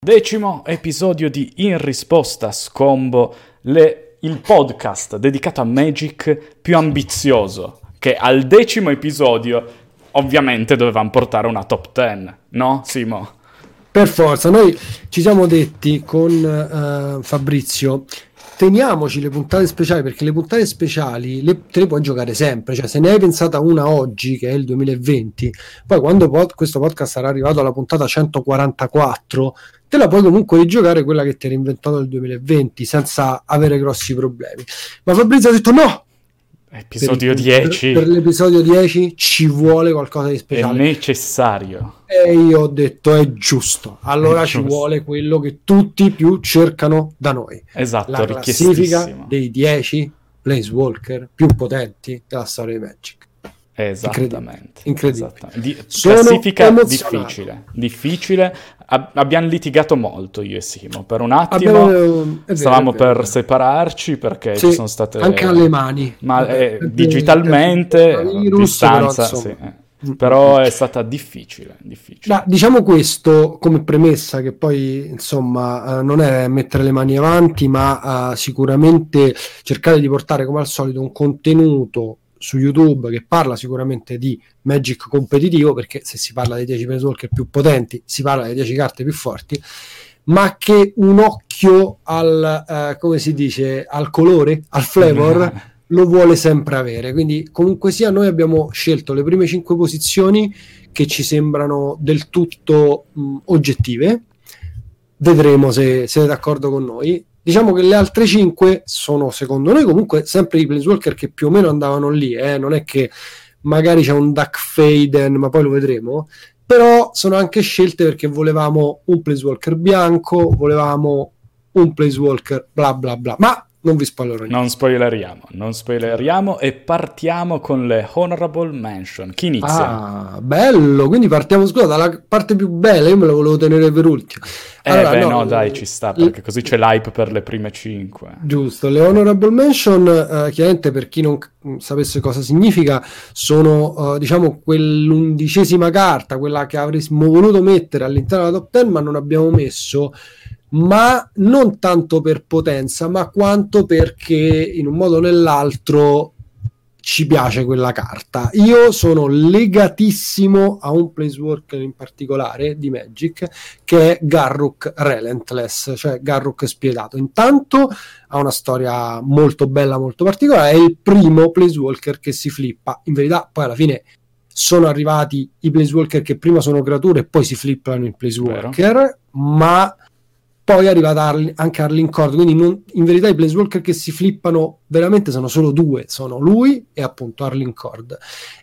10° episodio di In Risposta Scombo, il podcast dedicato a Magic più ambizioso, che al 10° episodio ovviamente dovevamo portare una top 10, no Simo? Per forza, noi ci siamo detti con Fabrizio, teniamoci le puntate speciali, perché le puntate speciali te le puoi giocare sempre, cioè se ne hai pensata una oggi che è il 2020, poi quando questo podcast sarà arrivato alla puntata 144 te la puoi comunque rigiocare quella che ti hai inventato nel 2020 senza avere grossi problemi. Ma Fabrizio ha detto no, episodio 10 per l'episodio 10 ci vuole qualcosa di speciale, è necessario, e io ho detto è giusto, allora ci vuole quello che tutti più cercano da noi, esatto, la classifica dei 10 Planeswalker più potenti della storia di Magic. Esattamente, incredibile. Classifica difficile. Abbiamo litigato molto io e Simo per un attimo, stavamo per separarci perché ci sono state anche alle mani, digitalmente a distanza, però è stata difficile. Diciamo questo come premessa, che poi insomma non è mettere le mani avanti, ma sicuramente cercare di portare come al solito un contenuto su YouTube che parla sicuramente di Magic competitivo, perché se si parla dei 10 Planeswalker più potenti si parla delle 10 carte più forti, ma che un occhio al come si dice, al colore, al flavor lo vuole sempre avere. Quindi comunque sia, noi abbiamo scelto le prime 5 posizioni che ci sembrano del tutto oggettive. Vedremo se siete d'accordo con noi. Diciamo che le altre 5 sono, secondo noi, comunque sempre i Planeswalker che più o meno andavano lì, non è che magari c'è un Duck Faden, ma poi lo vedremo, però sono anche scelte perché volevamo un Planeswalker bianco, volevamo un Planeswalker bla bla bla, ma non vi spoilerò niente. Non spoileriamo e partiamo con le Honorable Mention. Chi inizia? Bello, quindi partiamo, scusa, dalla parte più bella, io me la volevo tenere per ultimo. Allora, dai, ci sta, perché così c'è l'hype per le prime 5. Giusto, le Honorable Mention, chiaramente per chi non sapesse cosa significa, sono diciamo quell'11ª carta, quella che avremmo voluto mettere all'interno della top 10 ma non abbiamo messo, ma non tanto per potenza, ma quanto perché in un modo o nell'altro ci piace quella carta. Io sono legatissimo a un Planeswalker in particolare di Magic, che è Garruk Relentless, cioè Garruk spietato. Intanto ha una storia molto bella, molto particolare, è il primo Planeswalker che si flippa. In verità poi alla fine sono arrivati i Planeswalker che prima sono creature e poi si flippano in Planeswalker, ma poi è arrivata anche Arlinn Kord, quindi in verità i Planeswalker che si flippano veramente sono solo 2, sono lui e appunto Arlinn Kord.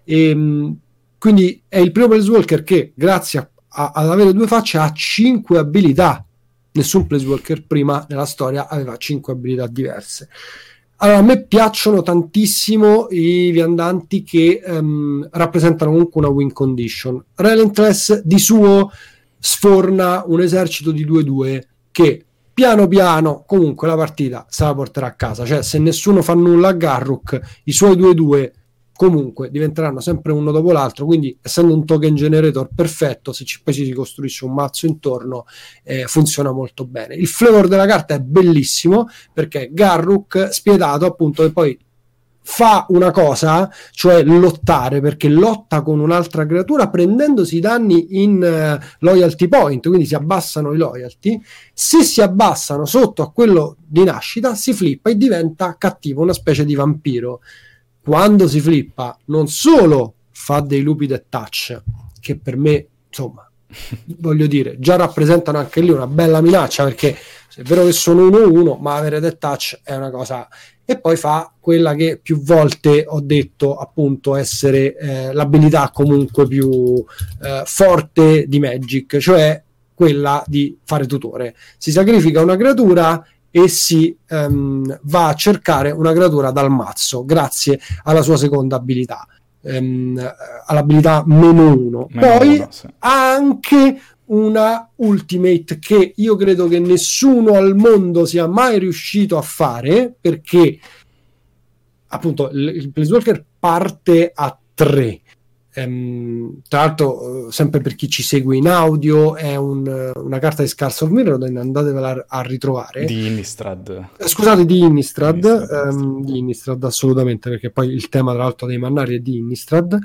Quindi è il primo Planeswalker che, grazie ad avere 2 facce, ha 5 abilità. Nessun Planeswalker prima nella storia aveva 5 abilità diverse. Allora, a me piacciono tantissimo i viandanti che rappresentano comunque una win condition. Relentless di suo sforna un esercito di 2/2 che piano piano comunque la partita se la porterà a casa, cioè se nessuno fa nulla a Garruk i suoi 2/2 comunque diventeranno sempre uno dopo l'altro, quindi essendo un token generator perfetto, se poi ci si costruisce un mazzo intorno funziona molto bene. Il flavor della carta è bellissimo perché Garruk spietato appunto, e poi fa una cosa, cioè lottare, perché lotta con un'altra creatura prendendosi i danni in loyalty point, quindi si abbassano i loyalty. Se si abbassano sotto a quello di nascita si flippa e diventa cattivo, una specie di vampiro. Quando si flippa non solo fa dei lupi death touch, che per me insomma voglio dire già rappresentano anche lì una bella minaccia, perché è vero che sono 1/1 ma avere death touch è una cosa, e poi fa quella che più volte ho detto appunto essere l'abilità comunque più forte di Magic, cioè quella di fare tutore. Si sacrifica una creatura e si va a cercare una creatura dal mazzo grazie alla sua seconda abilità, all'abilità -1. Poi sì, ha anche una ultimate che io credo che nessuno al mondo sia mai riuscito a fare, perché appunto il Planeswalker parte a 3, Tra l'altro, sempre per chi ci segue in audio, è una carta di Scars of Mirrodin, andatevela a ritrovare. Di Innistrad. Scusate, di Innistrad assolutamente, perché poi il tema tra l'altro dei Mannari è di Innistrad.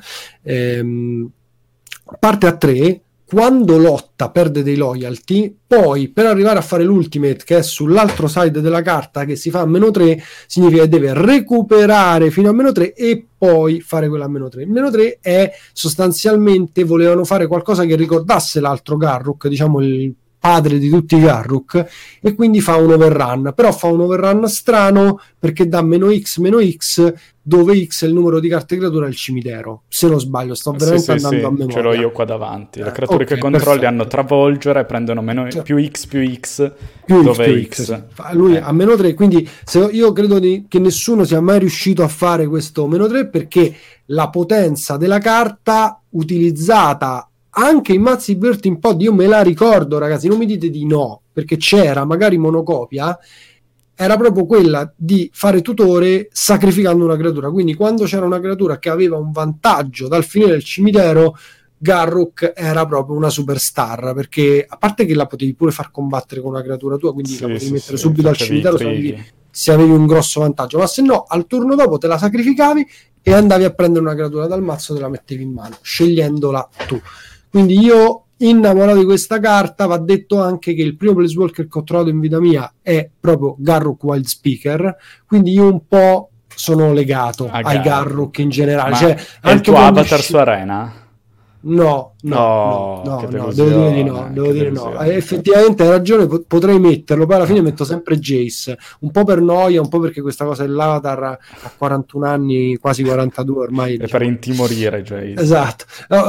Parte a 3, quando lotta perde dei loyalty, poi per arrivare a fare l'ultimate, che è sull'altro side della carta, che si fa a -3, significa che deve recuperare fino a -3 e poi fare quella a -3. Il -3 è sostanzialmente, volevano fare qualcosa che ricordasse l'altro Garruk, diciamo il padre di tutti i Garruk, e quindi fa un overrun, però fa un overrun strano perché dà -X, dove X è il numero di carte creatura del cimitero, se non sbaglio, sto veramente andando a memoria. Ce l'ho io qua davanti. Le creature che controlli perfetto. Hanno travolgere, prendono più X, dove X. Lui a -3, quindi io credo che nessuno sia mai riuscito a fare questo -3, perché la potenza della carta utilizzata anche in mazzi Birthing Pod, io me la ricordo, ragazzi, non mi dite di no, perché c'era magari monocopia, era proprio quella di fare tutore sacrificando una creatura. Quindi quando c'era una creatura che aveva un vantaggio dal finire il cimitero, Garruk era proprio una superstar, perché a parte che la potevi pure far combattere con una creatura tua, quindi la potevi mettere subito al cimitero se avevi un grosso vantaggio, ma se no al turno dopo te la sacrificavi e andavi a prendere una creatura dal mazzo, te la mettevi in mano scegliendola tu. Quindi io, innamorato di questa carta, va detto anche che il primo Planeswalker che ho trovato in vita mia è proprio Garruk Wildspeaker, quindi io un po' sono legato ai Garruk in generale. Cioè, è il tuo avatar su Arena? No, devo dire no. Effettivamente hai ragione, potrei metterlo, poi alla fine metto sempre Jace, un po' per noia, un po' perché questa cosa dell'avatar a 41 anni, quasi 42 ormai. E per intimorire Jace. Esatto.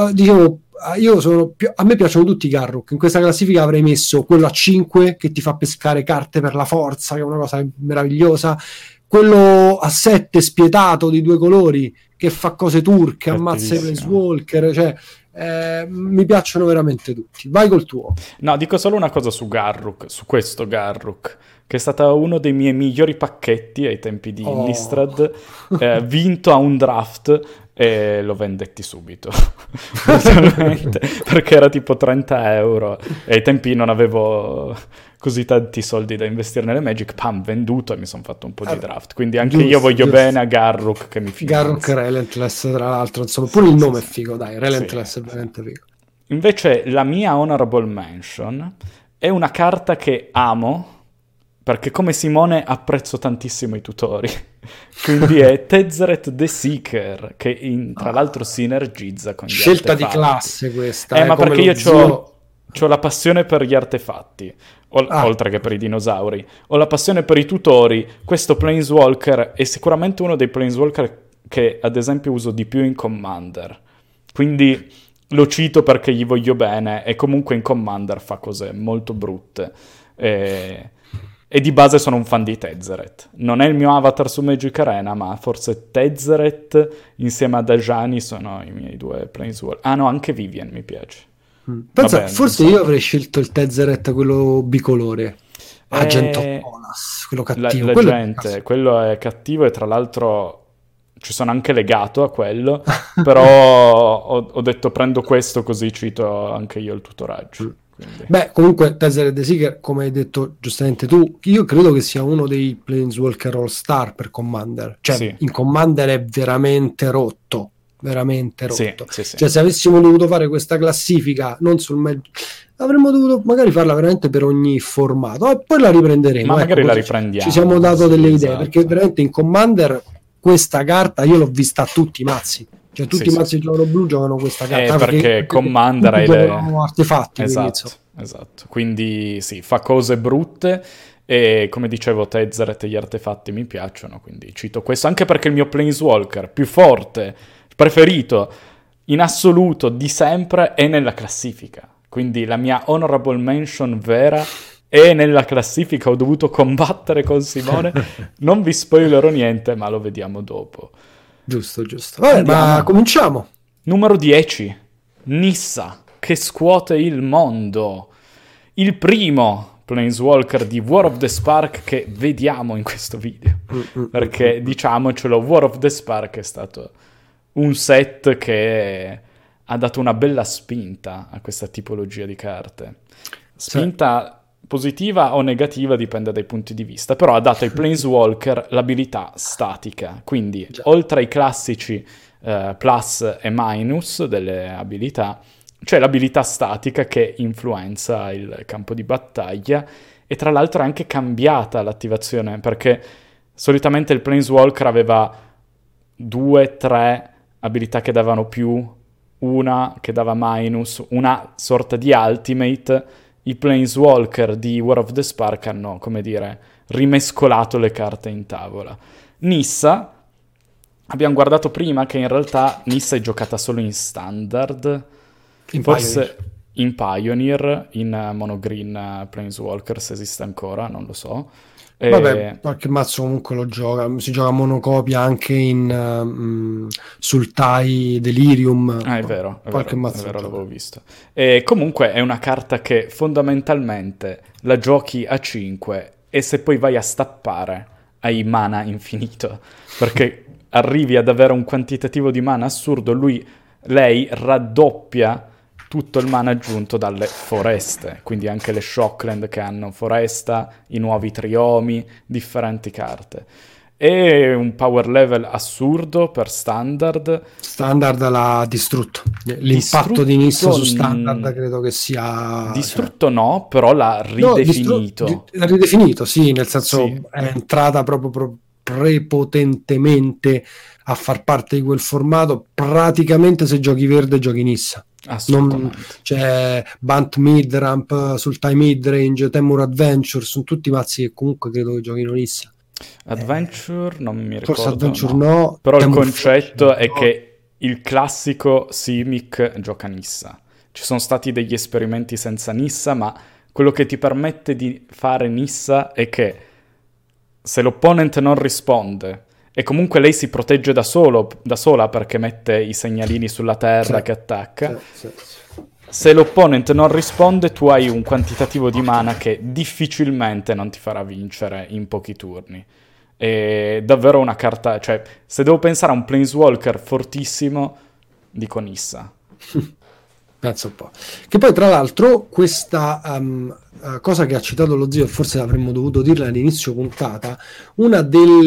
A me piacciono tutti i Garruk. In questa classifica avrei messo quello a 5 che ti fa pescare carte per la forza, che è una cosa meravigliosa, quello a 7 spietato di 2 colori che fa cose turche, ammazza i Planeswalker, cioè mi piacciono veramente tutti. Vai col tuo. No, dico solo una cosa su Garruk, su questo Garruk, che è stato uno dei miei migliori pacchetti ai tempi di Innistrad, vinto a un draft e lo vendetti subito perché era tipo 30 euro e ai tempi non avevo così tanti soldi da investire nelle Magic, venduto, e mi sono fatto un po' di draft, quindi anche io voglio bene a Garruk che mi finanzia. Garruk Relentless, tra l'altro, insomma, pure il nome è figo, dai, Relentless è veramente figo. Invece la mia honorable mention è una carta che amo, perché come Simone apprezzo tantissimo i tutori, quindi è Tezzeret the Seeker, che tra l'altro sinergizza con gli scelta artefatti. Di classe questa, ma perché io c'ho la passione per gli artefatti, oltre che per i dinosauri, ho la passione per i tutori. Questo Planeswalker è sicuramente uno dei Planeswalker che ad esempio uso di più in Commander, quindi lo cito perché gli voglio bene, e comunque in Commander fa cose molto brutte, e di base sono un fan di Tezzeret. Non è il mio avatar su Magic Arena, ma forse Tezzeret insieme ad Ajani sono i miei 2 Planeswalker. Ah no, anche Vivien mi piace. Pensa, forse io avrei scelto il Tezzeret, quello bicolore, Agent of Bolas, quello cattivo. Quello è cattivo, e tra l'altro ci sono anche legato a quello, però ho detto prendo questo così cito anche io il tutoraggio. Quindi. Beh, comunque Tezzeret the Seeker, come hai detto giustamente tu, io credo che sia uno dei Planeswalker All Star per Commander, cioè sì. In Commander è veramente rotto. Sì. Cioè, se avessimo dovuto fare questa classifica non sul avremmo dovuto magari farla veramente per ogni formato, e poi la riprenderemo, ma magari la riprendiamo, ci siamo dato delle idee, perché veramente in Commander questa carta io l'ho vista a tutti i mazzi, cioè tutti i mazzi giocano blu giocano questa carta, perché Commander hai le artefatti, esatto, quindi sì, fa cose brutte. E come dicevo, Tezzeret e gli artefatti mi piacciono, quindi cito questo, anche perché il mio Planeswalker più forte, preferito in assoluto di sempre, è nella classifica. Quindi la mia honorable mention vera è nella classifica. Ho dovuto combattere con Simone. Non vi spoilerò niente, ma lo vediamo dopo. Giusto. Vabbè, ma cominciamo. Numero 10. Nissa, che scuote il mondo. Il primo Planeswalker di War of the Spark che vediamo in questo video. Perché, diciamocelo, War of the Spark è stato un set che ha dato una bella spinta a questa tipologia di carte. Spinta positiva o negativa dipende dai punti di vista, però ha dato ai Planeswalker l'abilità statica, quindi oltre ai classici plus e minus delle abilità, c'è l'abilità statica che influenza il campo di battaglia, e tra l'altro è anche cambiata l'attivazione, perché solitamente il Planeswalker aveva 2-3 abilità che davano più, una che dava minus, una sorta di ultimate. I Planeswalker di War of the Spark hanno, come dire, rimescolato le carte in tavola. Nissa, abbiamo guardato prima che in realtà Nissa è giocata solo in standard, forse in Pioneer, in monogreen Planeswalker, se esiste ancora, non lo so. Vabbè, qualche mazzo comunque lo gioca, si gioca monocopia anche in Sultai, Delirium. È vero, qualche mazzo è vero, l'avevo visto. E comunque è una carta che fondamentalmente la giochi a 5 e se poi vai a stappare hai mana infinito, perché arrivi ad avere un quantitativo di mana assurdo. Lei raddoppia tutto il mana aggiunto dalle foreste, quindi anche le Shockland che hanno foresta, i nuovi triomi, differenti carte. E un power level assurdo per standard. Standard l'ha distrutto. L'impatto di Nissa su standard credo che sia... Distrutto no, però l'ha ridefinito. L'ha ridefinito, sì, nel senso è entrata proprio prepotentemente a far parte di quel formato. Praticamente se giochi verde giochi Nissa. C'è Bunt Midramp, Sultai Midrange, Temur Adventure, sono tutti mazzi che comunque credo che giochino Nissa. Adventure non mi ricordo, forse Adventure no. Però il concetto è che il classico Simic gioca Nissa. Ci sono stati degli esperimenti senza Nissa, ma quello che ti permette di fare Nissa è che se l'opponent non risponde e comunque lei si protegge da sola perché mette i segnalini sulla terra che attacca. Se l'opponent non risponde, tu hai un quantitativo di mana che difficilmente non ti farà vincere in pochi turni. È davvero una carta... Cioè, se devo pensare a un Planeswalker fortissimo, dico Nissa. Penso un po'. Che poi, tra l'altro, questa cosa che ha citato lo zio, forse avremmo dovuto dirla all'inizio puntata, una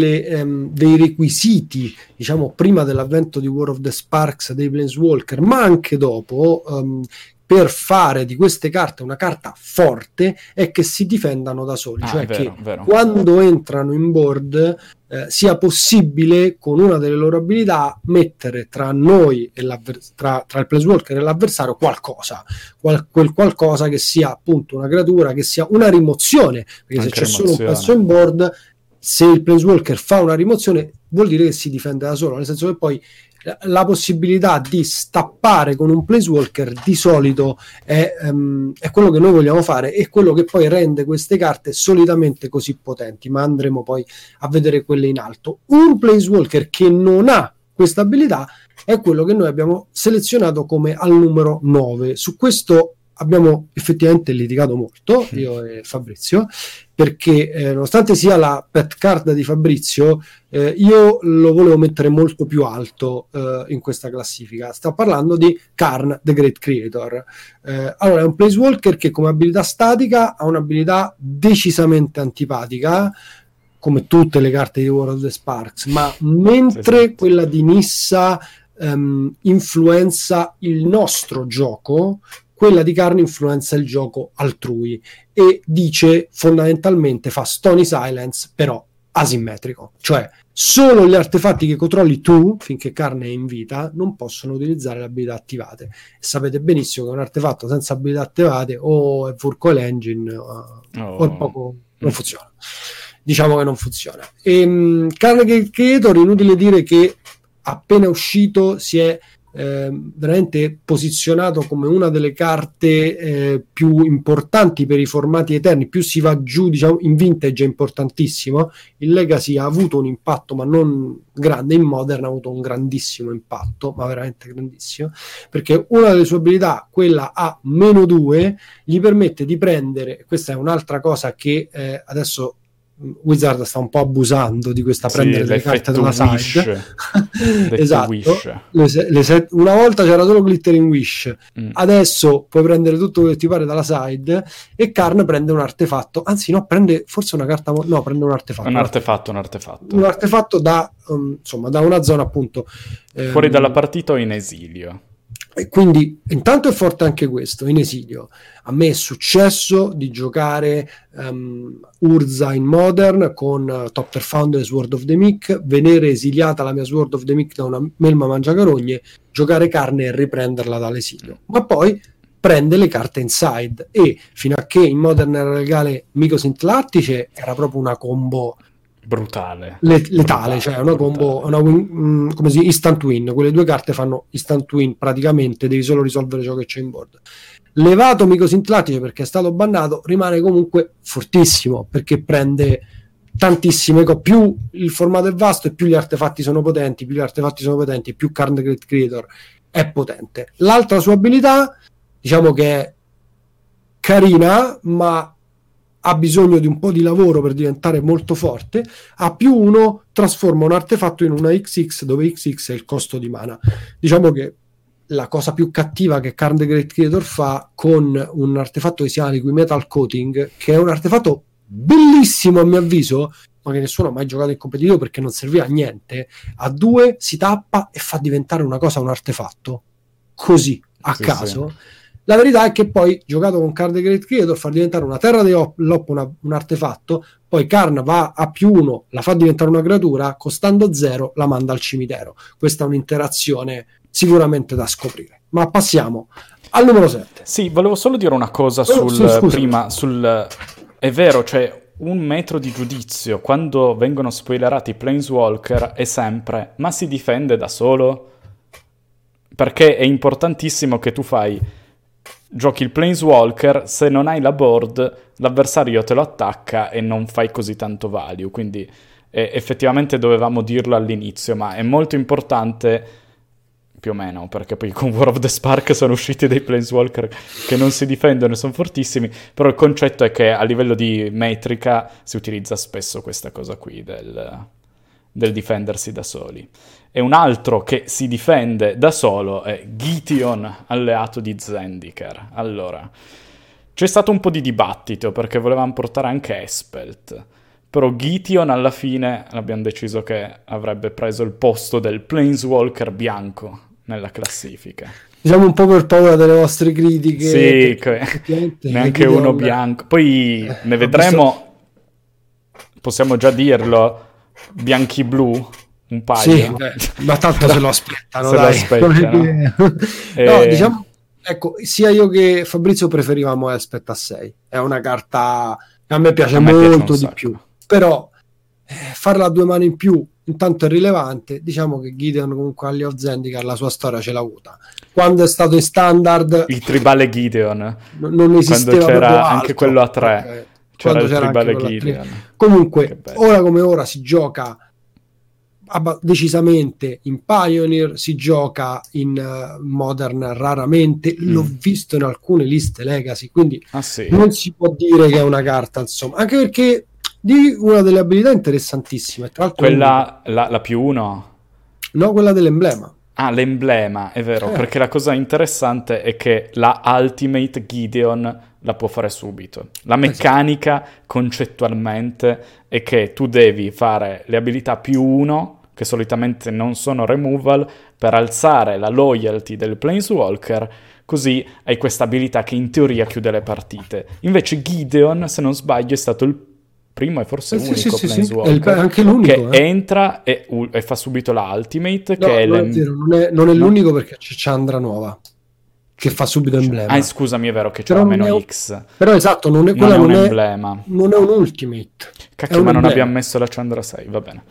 dei requisiti, diciamo, prima dell'avvento di War of the Sparks dei Planeswalker, ma anche dopo, per fare di queste carte una carta forte, è che si difendano da soli, cioè vero. Quando entrano in board sia possibile con una delle loro abilità mettere tra noi e tra il Planeswalker e l'avversario qualcosa, quel qualcosa che sia appunto una creatura, che sia una rimozione, perché anche se c'è solo un pezzo in board, se il Planeswalker fa una rimozione vuol dire che si difende da solo, nel senso che poi la possibilità di stappare con un Planeswalker di solito è quello che noi vogliamo fare, e quello che poi rende queste carte solitamente così potenti, ma andremo poi a vedere quelle in alto. Un Planeswalker che non ha questa abilità è quello che noi abbiamo selezionato come al numero 9. Su questo abbiamo effettivamente litigato molto, io e Fabrizio, perché nonostante sia la pet card di Fabrizio, io lo volevo mettere molto più alto in questa classifica. Sto parlando di Karn, the Great Creator. Allora, è un Planeswalker che come abilità statica ha un'abilità decisamente antipatica, come tutte le carte di War of the Sparks, ma mentre quella di Nissa influenza il nostro gioco, quella di Karn influenza il gioco altrui, e dice fondamentalmente fa Stony Silence però asimmetrico, cioè solo gli artefatti che controlli tu finché Karn è in vita non possono utilizzare le abilità attivate, e sapete benissimo che un artefatto senza abilità attivate o è Furcoil Engine o è poco, non funziona, diciamo che non funziona. E Karn Creator, inutile dire che appena uscito si è veramente posizionato come una delle carte più importanti per i formati eterni. Più si va giù, diciamo, in Vintage è importantissimo, in Legacy ha avuto un impatto ma non grande, in Modern ha avuto un grandissimo impatto, ma veramente grandissimo, perché una delle sue abilità, quella a -2, gli permette di prendere, questa è un'altra cosa che adesso Wizard sta un po' abusando di questa prendere le carte dalla side. Esatto. Una volta c'era solo Glittering Wish, adesso puoi prendere tutto quello che ti pare dalla side, e Karn prende un artefatto, anzi no, prende forse una carta, no, prende un artefatto. Un artefatto da, insomma, da una zona appunto fuori dalla partita o in esilio. E quindi intanto è forte anche questo, in esilio. A me è successo di giocare Urza in Modern con Thopter Founder e Sword of the Meek, vedere esiliata la mia Sword of the Meek da una melma mangiacarogne, giocare Karn e riprenderla dall'esilio. Ma poi prende le carte inside, e fino a che in Modern era legale Mycosynth Lattice, era proprio una combo brutale, letale, cioè una combo, come si, instant win. Quelle due carte fanno instant win praticamente, devi solo risolvere ciò che c'è in board. Levato Mycosynth Lattice perché è stato bannato, rimane comunque fortissimo, perché prende tantissime più il formato è vasto e più gli artefatti sono potenti, e più Karn the Great Creator è potente. L'altra sua abilità, diciamo che è carina, ma ha bisogno di un po' di lavoro per diventare molto forte. A +1 trasforma un artefatto in una XX, dove XX è il costo di mana. Diciamo che la cosa più cattiva che Karn the Great Creator fa con un artefatto che si chiama Liquimetal Coating, che è un artefatto bellissimo a mio avviso, ma che nessuno ha mai giocato in competitivo perché non serviva a niente, a 2 si tappa e fa diventare una cosa un artefatto, così, a caso. Sì. La verità è che poi, giocato con Karn the Great Creator, fa diventare una terra di Lop un artefatto, poi Karn va a +1, la fa diventare una creatura, costando 0 la manda al cimitero. Questa è un'interazione sicuramente da scoprire. Ma passiamo al numero 7. Sì, volevo solo dire una cosa è vero, cioè un metro di giudizio quando vengono spoilerati i Planeswalker è sempre: ma si difende da solo? Perché è importantissimo che tu giochi il Planeswalker, se non hai la board l'avversario te lo attacca e non fai così tanto value, quindi effettivamente dovevamo dirlo all'inizio, ma è molto importante, più o meno, perché poi con War of the Spark sono usciti dei Planeswalker che non si difendono e sono fortissimi, però il concetto è che a livello di metrica si utilizza spesso questa cosa qui del difendersi da soli. E un altro che si difende da solo è Ghition, alleato di Zendikar. Allora, c'è stato un po' di dibattito perché volevamo portare anche Espelt, però Ghition alla fine abbiamo deciso che avrebbe preso il posto del Planeswalker bianco nella classifica. Diciamo un po' per paura delle vostre critiche. Sì, neanche uno bianco. Poi ne vedremo, possiamo già dirlo, bianchi-blu, un paio. Sì, ma tanto se lo aspettano, No, diciamo, ecco, sia io che Fabrizio preferivamo Elspeth a 6. È una carta che a me piace molto di più, però farla a 2 mani in più intanto è rilevante. Diciamo che Gideon comunque agli of Zendikar la sua storia ce l'ha avuta. Quando è stato in standard il tribale Gideon, non esisteva, quando c'era altro. Anche quello a 3, okay. C'era il tribale Gideon. Comunque ora come ora si gioca decisamente in Pioneer, si gioca in Modern raramente, l'ho visto in alcune liste Legacy, quindi non si può dire che è una carta, insomma, anche perché di una delle abilità interessantissime, tra l'altro quella la +1, no, quella dell'emblema. Ah, l'emblema, è vero, perché la cosa interessante è che la Ultimate Gideon la può fare subito. La meccanica concettualmente è che tu devi fare le abilità +1, che solitamente non sono removal, per alzare la loyalty del Planeswalker, così hai questa abilità che in teoria chiude le partite. Invece Gideon, se non sbaglio, è stato il primo e forse unico Planeswalker anche l'unico, che entra e fa subito la Ultimate, no, che è non è l'unico, perché c'è Chandra nuova che fa subito emblema. Ah, scusami, è vero che c'era meno X. Però esatto, non è un emblema. Non è un Ultimate. Cacchio, ma non abbiamo messo la Chandra 6, va bene.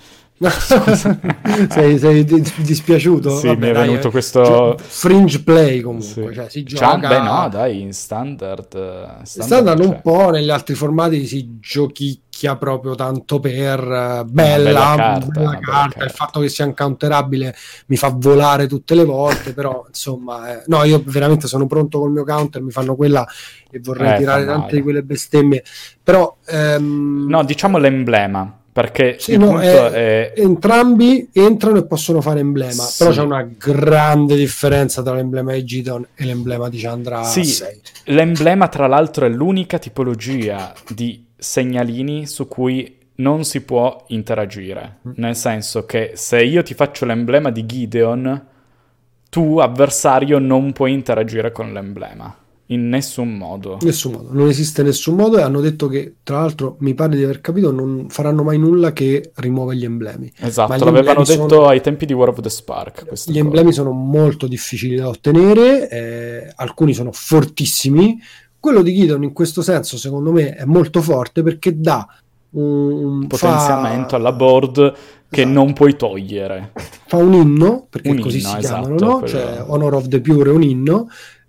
sei dispiaciuto? Sì, mi è venuto questo fringe play comunque, cioè si gioca. No, dai, in standard un po', negli altri formati si giochicchia picchia proprio tanto per Una bella bella carta, il carta. fatto che sia uncounterabile mi fa volare tutte le volte, però insomma, no, io veramente sono pronto col mio counter, mi fanno quella e vorrei Fa tirare tante di male. quelle bestemmie, però No, diciamo l'emblema, perché sì, il no, punto è... entrambi entrano e possono fare emblema, però c'è Sì, una grande differenza tra l'emblema di Gideon e l'emblema di Chandra sì, 6. l'emblema tra l'altro è l'unica tipologia di segnalini su cui non si può interagire, nel senso che se io ti faccio l'emblema di Gideon, tu, avversario, non puoi interagire con l'emblema, in nessun modo. Nessun modo, non esiste nessun modo e hanno detto che, tra l'altro, mi pare di aver capito, non faranno mai nulla che rimuove gli emblemi. Ma Esatto, gli l'avevano emblemi detto sono, ai tempi di War of the Spark, questa gli cosa. emblemi sono molto difficili da ottenere, alcuni sono fortissimi. Quello di Gideon in questo senso, secondo me, è molto forte perché dà Potenziamento alla fa, board che non esatto, puoi togliere. fa un inno, perché Un così inno, si chiamano, esatto, no? Cioè quello... Honor of the Pure è un inno,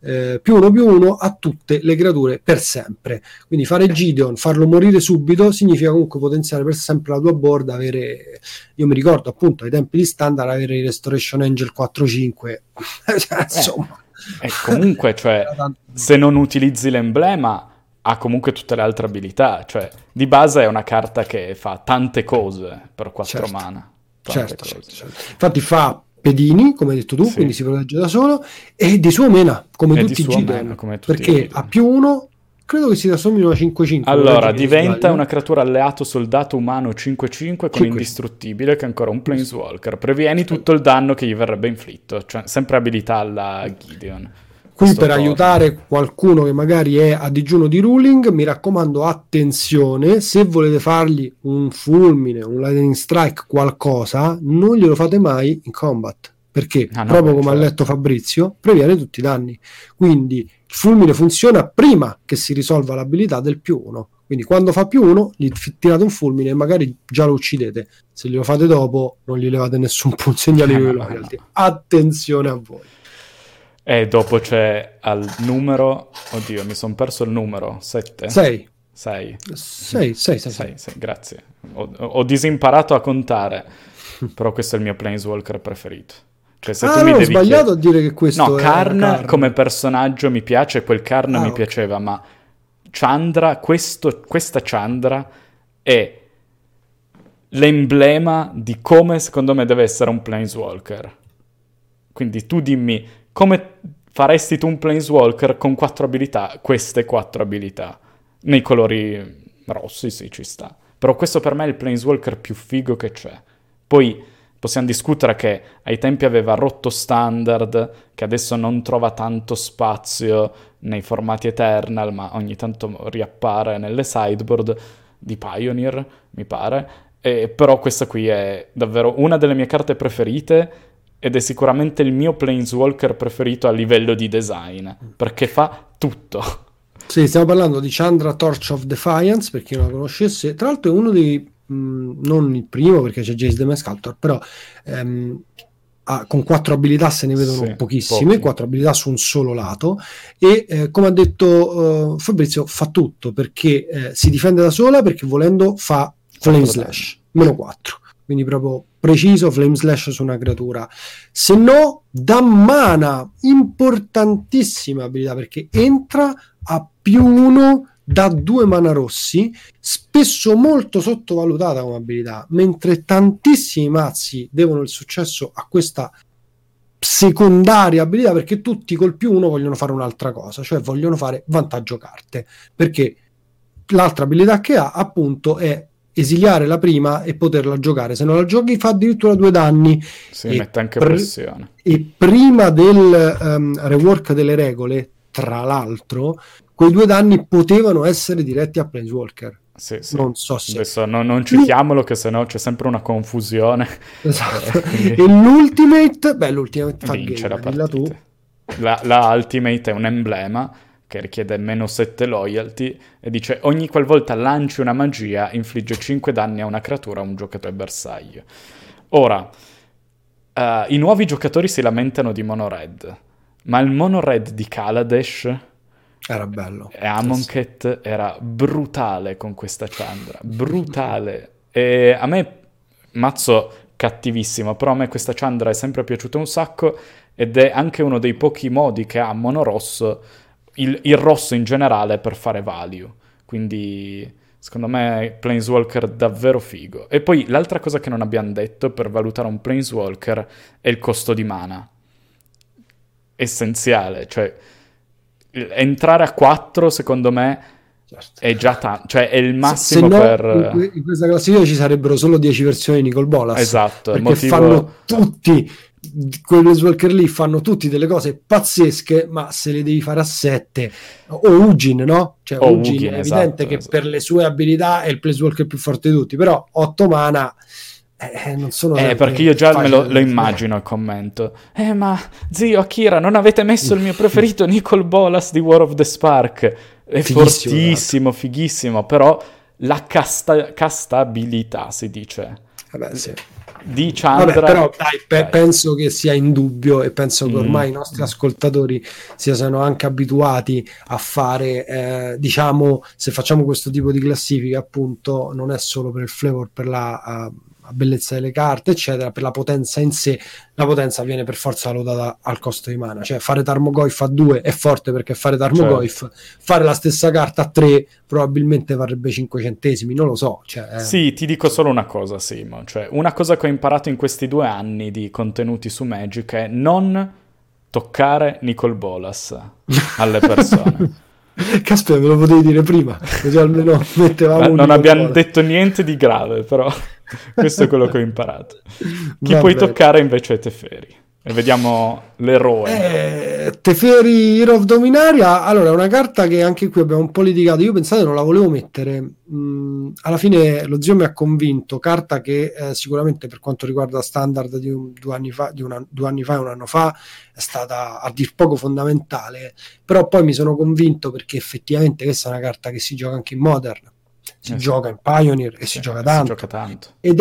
più uno a tutte le creature per sempre. Quindi fare Gideon, farlo morire subito, significa comunque potenziare per sempre la tua board, avere... Io mi ricordo appunto ai tempi di standard avere il Restoration Angel 4-5, cioè, insomma... E comunque, cioè, era tanto... se non utilizzi l'emblema, ha comunque tutte le altre abilità. Cioè, di base è una carta che fa tante cose per 4 Certo, mana. Tante certo, certo, cose. certo. Infatti fa pedini, come hai detto tu, Sì. quindi si protegge da solo, e di sua mena, come E di tutti i sua mena, Gideon, come tutti i perché Gideon. a più uno, credo che si trasformi in una 5-5, Allora, correggimi se diventa sbaglio. una creatura alleato soldato umano 5-5 con 5-5. indistruttibile, che è ancora un planeswalker. Previeni tutto il danno che gli verrebbe inflitto. Cioè, sempre abilità alla Gideon. Qui Questo per torna. aiutare qualcuno che magari è a digiuno di ruling, mi raccomando, attenzione, se volete fargli un fulmine, un lightning strike, qualcosa, non glielo fate mai in combat, perché Ah no, proprio beh, come ha certo. letto Fabrizio, previene tutti i danni. Quindi il fulmine funziona prima che si risolva l'abilità del +1. Quindi quando fa +1 gli tirate un fulmine e magari già lo uccidete. Se glielo fate dopo non gli levate nessun segnale di No, loyalty. no. Attenzione a voi. E dopo c'è al numero... Oddio, mi sono perso il numero. 7? 6. 6. 6, Grazie. Ho disimparato a contare, però questo è il mio Planeswalker preferito. Cioè, se tu mi no, ho devi sbagliato a dire che questo No, è Karn Karn. come personaggio mi piace, quel Karn mi Ok. piaceva, ma Chandra, questa Chandra è l'emblema di come secondo me deve essere un Planeswalker. Quindi tu dimmi come faresti tu un Planeswalker con 4 abilità, queste 4 abilità. Nei colori rossi, sì, ci sta. Però questo per me è il Planeswalker più figo che c'è. Poi possiamo discutere che ai tempi aveva rotto standard, che adesso non trova tanto spazio nei formati Eternal, ma ogni tanto riappare nelle sideboard di Pioneer, mi pare. Però questa qui è davvero una delle mie carte preferite ed è sicuramente il mio Planeswalker preferito a livello di design, perché fa tutto. Sì, stiamo parlando di Chandra Torch of Defiance, per chi non la conoscesse. Tra l'altro è uno dei, non il primo perché c'è Jace the Mask Sculptor, però con 4 abilità se ne vedono Sì, pochissime, pochi. 4 abilità su un solo lato e come ha detto Fabrizio fa tutto perché si difende da sola, perché volendo fa Flame Slash, meno 4. Quindi proprio preciso, Flame Slash su una creatura. Se no, da mana, importantissima abilità, perché entra a +1 da 2 mana rossi, spesso molto sottovalutata come abilità, mentre tantissimi mazzi devono il successo a questa secondaria abilità, perché tutti col +1 vogliono fare un'altra cosa, cioè vogliono fare vantaggio carte, perché l'altra abilità che ha appunto è esiliare la prima e poterla giocare. Se non la giochi fa addirittura 2 danni. Sì, mette anche pressione. E prima del rework delle regole, tra l'altro, quei 2 danni potevano essere diretti a Planeswalker. Sì, sì. Non so se... Adesso non citiamolo, che sennò c'è sempre una confusione. Esatto. Quindi... E l'Ultimate... Beh, l'Ultimate fa vince la game, dilla tu. partita. La Ultimate è un emblema che richiede -7 loyalty e dice: ogni qualvolta lanci una magia infligge 5 danni a una creatura o a un giocatore bersaglio. Ora, i nuovi giocatori si lamentano di Mono Red, ma il Mono Red di Kaladesh Era bello. E Amonkhet era brutale con questa Chandra, brutale. E a me, mazzo cattivissimo, però a me questa Chandra è sempre piaciuta un sacco ed è anche uno dei pochi modi che ha Mono Rosso, il rosso in generale, per fare value. Quindi secondo me Planeswalker davvero figo. E poi l'altra cosa che non abbiamo detto per valutare un Planeswalker è il costo di mana. Essenziale, cioè entrare a 4 secondo me Certo. è già cioè è il massimo Se no, per... in questa classifica ci sarebbero solo 10 versioni di Nicol Bolas. Esatto, perché motivo... fanno tutti, quelle Walker lì fanno tutti delle cose pazzesche, ma se le devi fare a 7 o Ugin, no? Cioè Ugin è evidente esatto, che per le sue abilità è il Planeswalker più forte di tutti, però 8 mana non sono perché io già me lo immagino il commento. Ma zio Akira, non avete messo il mio preferito Nicol Bolas di War of the Spark. È fortissimo, fighissimo, però la castabilità si dice. Vabbè, sì. Di Chandra. Vabbè, però dai, penso che sia indubbio e penso che ormai i nostri ascoltatori siano anche abituati a fare, diciamo, se facciamo questo tipo di classifica, appunto, non è solo per il flavor, per la bellezza delle carte, eccetera, per la potenza in sé. La potenza viene per forza valutata al costo di mana, cioè fare Tarmogoyf a 2 è forte perché fare Tarmogoyf, certo. Fare la stessa carta a 3 probabilmente varrebbe 5 centesimi, non lo so. Sì, ti dico solo una cosa, Simo, cioè una cosa che ho imparato in questi 2 anni di contenuti su Magic è non toccare Nicol Bolas alle persone. Caspita, me lo potevi dire prima, così almeno mettevamo non abbiamo detto niente di grave, però questo è quello che ho imparato. Chi puoi toccare invece è Teferi. E vediamo l'eroe. Teferi, Hero of Dominaria. Allora, è una carta che anche qui abbiamo un po' litigato. Io pensate non la volevo mettere. Alla fine lo zio mi ha convinto. Carta che sicuramente per quanto riguarda standard di 2 anni fa, di 2 anni fa e un anno fa, è stata a dir poco fondamentale. Però poi mi sono convinto perché effettivamente questa è una carta che si gioca anche in Modern. Si gioca in Pioneer e si gioca tanto. Ed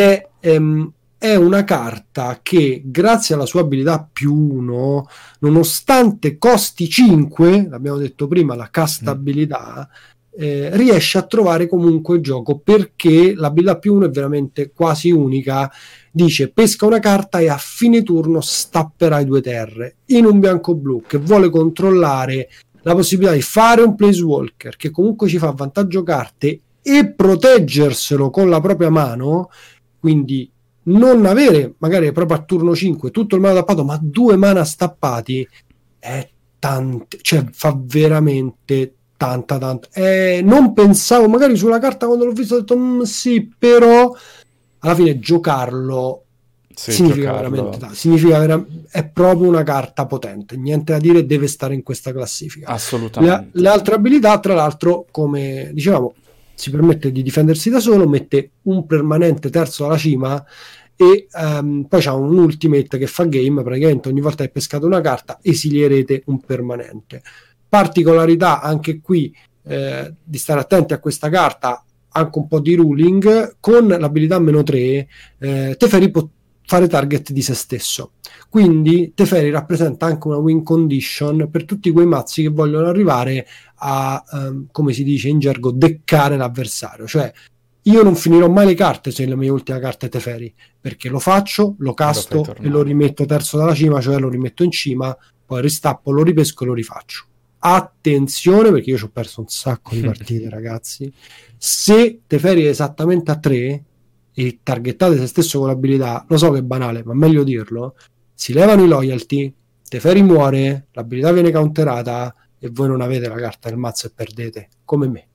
è una carta che grazie alla sua abilità +1, nonostante costi 5, l'abbiamo detto prima, la castabilità, riesce a trovare comunque gioco perché l'abilità +1 è veramente quasi unica. Dice pesca una carta e a fine turno stapperai 2 terre in un bianco-blu che vuole controllare la possibilità di fare un Planeswalker che comunque ci fa vantaggio carte e proteggerselo con la propria mano, quindi non avere magari proprio a turno 5 tutto il mana tappato ma 2 mana stappati è tante, cioè fa veramente tanta. Non pensavo magari sulla carta quando l'ho visto, ho detto sì, però alla fine giocarlo significa veramente è proprio una carta potente, niente da dire, deve stare in questa classifica. Assolutamente. Le altre abilità, tra l'altro, come dicevamo, si permette di difendersi da solo, mette un permanente terzo alla cima e poi c'ha un ultimate che fa game, praticamente ogni volta che pescate una carta esilierete un permanente. Particolarità anche qui di stare attenti a questa carta, anche un po' di ruling, con l'abilità -3 Teferi può fare target di se stesso, quindi Teferi rappresenta anche una win condition per tutti quei mazzi che vogliono arrivare a come si dice in gergo, deccare l'avversario. Cioè io non finirò mai le carte se la mia ultima carta è Teferi, perché lo faccio, lo casto e lo rimetto terzo dalla cima, cioè lo rimetto in cima, poi ristappo, lo ripesco e lo rifaccio. Attenzione, perché io ci ho perso un sacco di partite ragazzi, se Teferi è esattamente a 3 e targettate se stesso con l'abilità, lo so che è banale ma meglio dirlo, si levano i loyalty, Teferi muore, l'abilità viene counterata e voi non avete la carta del mazzo e perdete, come me.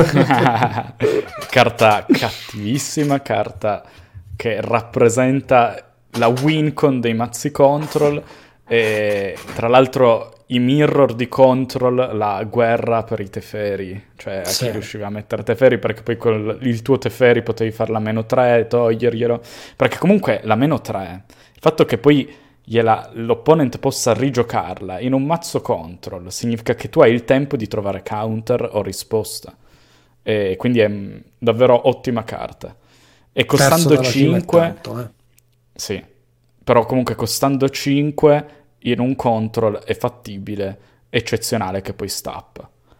Carta cattivissima, carta che rappresenta la win con dei mazzi control e tra l'altro i mirror di control, la guerra per i Teferi, cioè a chi riusciva a mettere Teferi, perché poi con il tuo Teferi potevi farla -3, toglierglielo, perché comunque la -3, il fatto che poi l'opponent possa rigiocarla in un mazzo control significa che tu hai il tempo di trovare counter o risposta, e quindi è davvero ottima carta. E costando 5 tanto, sì, però comunque costando 5 in un control è fattibile, eccezionale che poi stappa.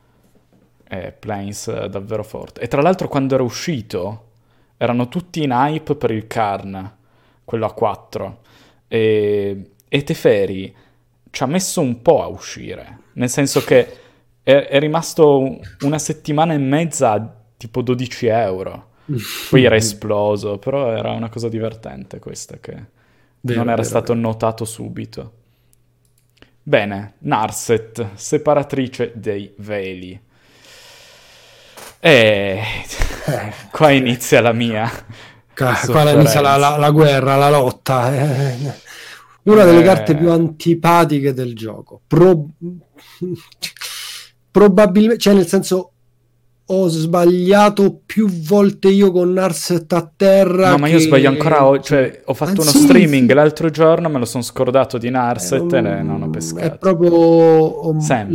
Plains davvero forte. E tra l'altro quando era uscito erano tutti in hype per il Karn, quello a 4. E Teferi ci ha messo un po' a uscire, nel senso che è rimasto una settimana e mezza a tipo 12 euro. Poi era esploso, però era una cosa divertente questa che non era stato notato subito. Bene, Narset, separatrice dei veli. E qua inizia la mia qua inizia la guerra, la lotta. Una delle carte più antipatiche del gioco. Probabilmente, cioè nel senso, ho sbagliato più volte io con Narset a terra. No, ma io sbaglio ancora oggi. Cioè, ho fatto uno streaming l'altro giorno, me lo sono scordato di Narset e non ho pescato. È proprio...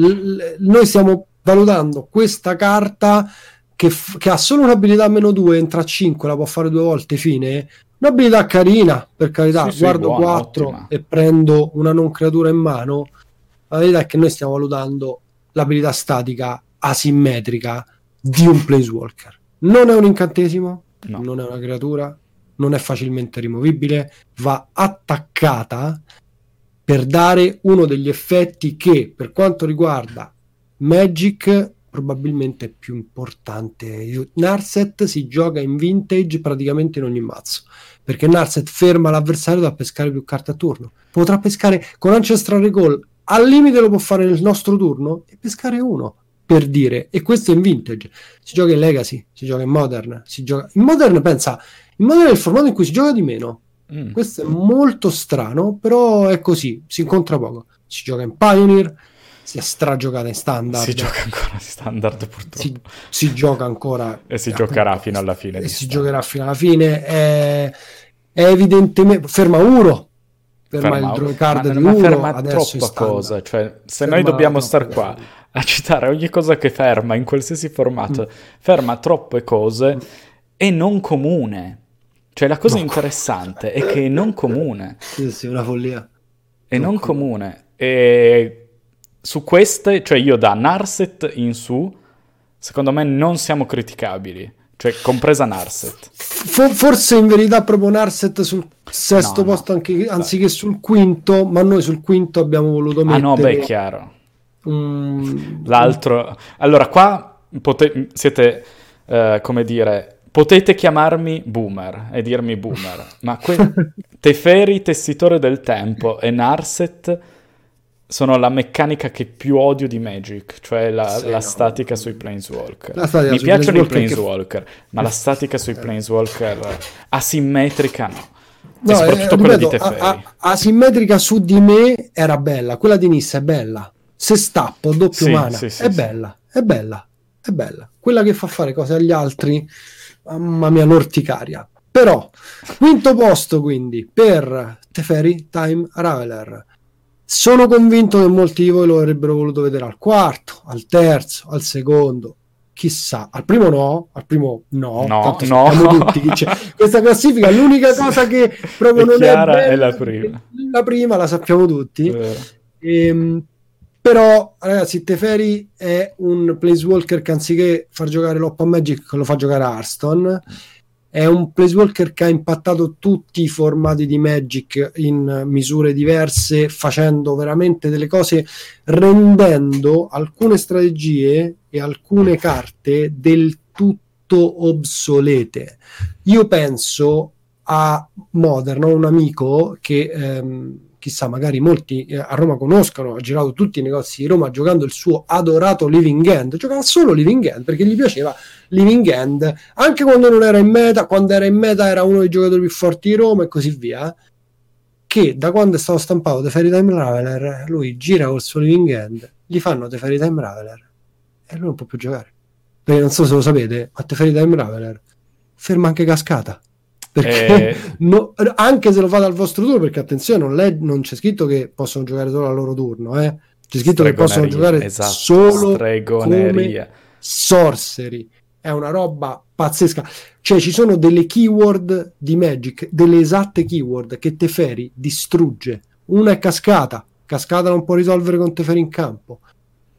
Noi stiamo valutando questa carta che ha solo un'abilità -2, entra a 5, la può fare 2 volte, fine. Un'abilità carina, per carità, guardo buona, 4 ottima. E prendo una non creatura in mano. La verità è che noi stiamo valutando l'abilità statica asimmetrica di un Planeswalker. Non è un incantesimo, no. Non è una creatura, non è facilmente rimovibile, va attaccata per dare uno degli effetti che, per quanto riguarda Magic, probabilmente è più importante. Narset si gioca in vintage praticamente in ogni mazzo, perché Narset ferma l'avversario da pescare più carte a turno. Potrà pescare con Ancestral Recall, al limite lo può fare nel nostro turno e pescare uno, per dire. E questo è in vintage. Si gioca in Legacy, si gioca in Modern, si gioca in Modern. Pensa, in Modern è il formato in cui si gioca di meno. Questo è molto strano, però è così, si incontra poco. Si gioca in Pioneer, si è stragiocata in Standard. Si gioca ancora in Standard, purtroppo. Si gioca ancora. E si giocherà fino alla fine. E si giocherà fino alla fine. È evidentemente... Ferma Uro. Ferma il draw card di Uro. Ferma troppa cosa. Cioè, se noi dobbiamo star qua a citare ogni cosa che ferma in qualsiasi formato, ferma troppe cose e non comune. Cioè, la cosa interessante è che è non comune. Sì, una follia. È non comune. E su queste, cioè io da Narset in su, secondo me non siamo criticabili. Cioè, compresa Narset. Forse in verità proprio Narset sul sesto posto anziché sul quinto, ma noi sul quinto abbiamo voluto mettere... Ah no, beh, chiaro. L'altro... Allora, qua siete, come dire... Potete chiamarmi boomer e dirmi boomer, ma Teferi, tessitore del tempo, e Narset sono la meccanica che più odio di Magic, cioè la statica sui Planeswalker. Mi piacciono i Planeswalker, ma la statica sui Planeswalker asimmetrica no. E soprattutto quella di Teferi. Asimmetrica su di me era bella, quella di Nissa è bella. Se stappo, doppio mana, è bella. Quella che fa fare cose agli altri... Mamma mia, l'orticaria. Però, quinto posto quindi per Teferi Time Raveler. Sono convinto che molti di voi lo avrebbero voluto vedere al quarto, al terzo, al secondo. Chissà, al primo no. Tutti chi c'è. Questa classifica è l'unica cosa che proprio non è bella, è la prima. La prima la sappiamo tutti. Però, ragazzi, Teferi è un Planeswalker che anziché far giocare l'Open Magic lo fa giocare a Hearthstone. È un Planeswalker che ha impattato tutti i formati di Magic in misure diverse, facendo veramente delle cose, rendendo alcune strategie e alcune carte del tutto obsolete. Io penso a Modern, ho un amico che... chissà, magari molti a Roma conoscono, ha girato tutti i negozi di Roma giocando il suo adorato Living End, giocava solo Living End perché gli piaceva Living End, anche quando non era in meta. Quando era in meta era uno dei giocatori più forti di Roma e così via, che da quando è stato stampato Teferi Time Raveler lui gira col suo Living End, gli fanno Teferi Time Raveler e lui non può più giocare, perché non so se lo sapete, ma Teferi Time Raveler ferma anche cascata. Perché anche se lo fate al vostro turno, perché attenzione, non c'è scritto che possono giocare solo al loro turno, c'è scritto che possono giocare solo come sorcery. È una roba pazzesca, cioè ci sono delle keyword di Magic, delle esatte keyword che Teferi distrugge. Una è cascata non può risolvere con Teferi in campo.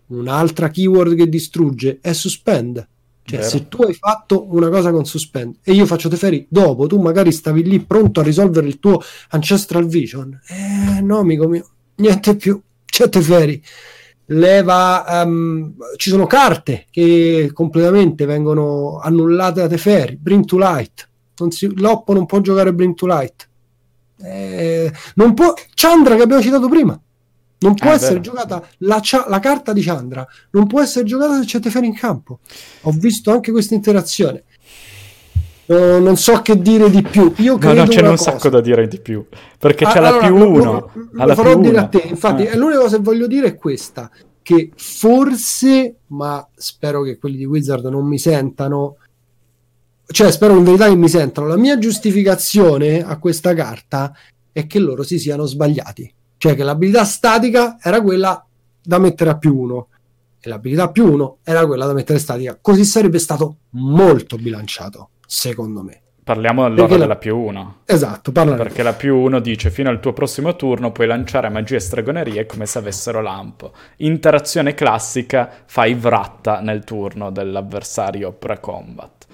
un'altra keyword che distrugge è suspend. Cioè, Vero. se tu hai fatto una cosa con suspend e io faccio Teferi dopo, tu magari stavi lì pronto a risolvere il tuo Ancestral Vision. No, amico mio, niente più, c'è Teferi. Leva, ci sono carte che completamente vengono annullate da Teferi. Bring to Light. Loppo non può giocare Bring to Light. Non può. Chandra, che abbiamo citato prima, non può essere giocata la carta di Chandra, non può essere giocata se c'è Teferi in campo. Ho visto anche questa interazione. Non so che dire di più. Io credo no, c'è un sacco da dire di più, perché c'è la più uno. Lo farò dire a te. Infatti, l'unica cosa che voglio dire è questa: che forse, ma spero che quelli di Wizard non mi sentano, cioè spero in verità che mi sentano, la mia giustificazione a questa carta è che loro si siano sbagliati. Cioè che l'abilità statica era quella da mettere a +1 e l'abilità +1 era quella da mettere statica. Così sarebbe stato molto bilanciato, secondo me. Parliamo allora della +1. Esatto, perché la +1 dice: fino al tuo prossimo turno puoi lanciare magie e stregonerie come se avessero lampo. Interazione classica, fai vratta nel turno dell'avversario pre-combat.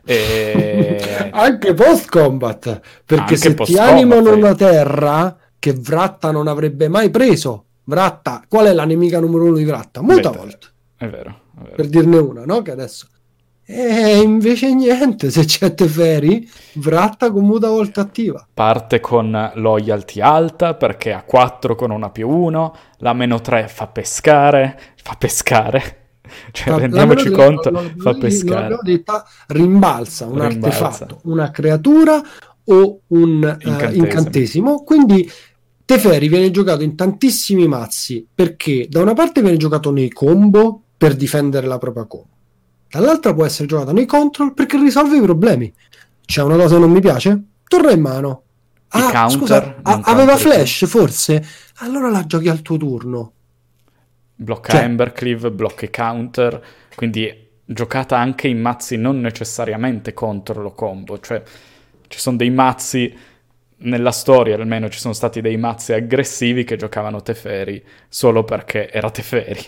Anche post-combat, perché anche se ti animano una terra che Vratta non avrebbe mai preso. Vratta, qual è la nemica numero 1 di Vratta? Mutavolt. È vero. Per dirne una, no? Che adesso... E invece niente, se c'è Teferi, Vratta con Mutavolt attiva. Parte con loyalty alta, perché ha 4 con una +1, la -3 fa pescare. Cioè, rendiamoci conto, fa pescare. Non l'abbiamo detta, rimbalza un artefatto, una creatura o un incantesimo. Quindi Teferi viene giocato in tantissimi mazzi, perché da una parte viene giocato nei combo per difendere la propria combo, dall'altra può essere giocato nei control perché risolve i problemi. C'è una cosa che non mi piace? Torna in mano. Counter, scusa, aveva flash forse? Allora la giochi al tuo turno. Blocca Embercleave, blocca i counter, quindi giocata anche in mazzi non necessariamente contro lo combo. Cioè ci sono dei mazzi, nella storia almeno ci sono stati dei mazzi aggressivi che giocavano Teferi solo perché era Teferi.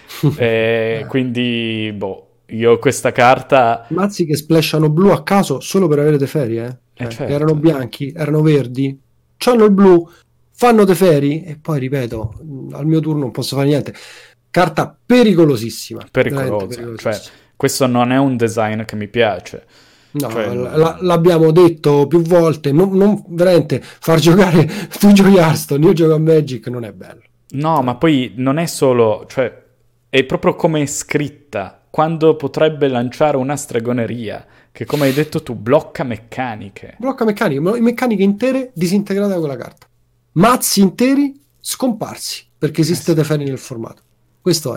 Quindi io questa carta... Mazzi che splashano blu a caso solo per avere Teferi, certo. Erano bianchi, erano verdi, c'hanno il blu, fanno Teferi e poi ripeto, al mio turno non posso fare niente. Carta pericolosissima. Pericolosa. Cioè, questo non è un design che mi piace. No, l'abbiamo detto più volte, non veramente far giocare tu giochi Hearthstone, io gioco a Magic, non è bello. No, ma poi non è solo, cioè è proprio come è scritta, quando potrebbe lanciare una stregoneria, che come hai detto tu blocca meccaniche. Meccaniche intere disintegrate da quella carta. Mazzi interi scomparsi, perché esiste Teferi nel formato. Questo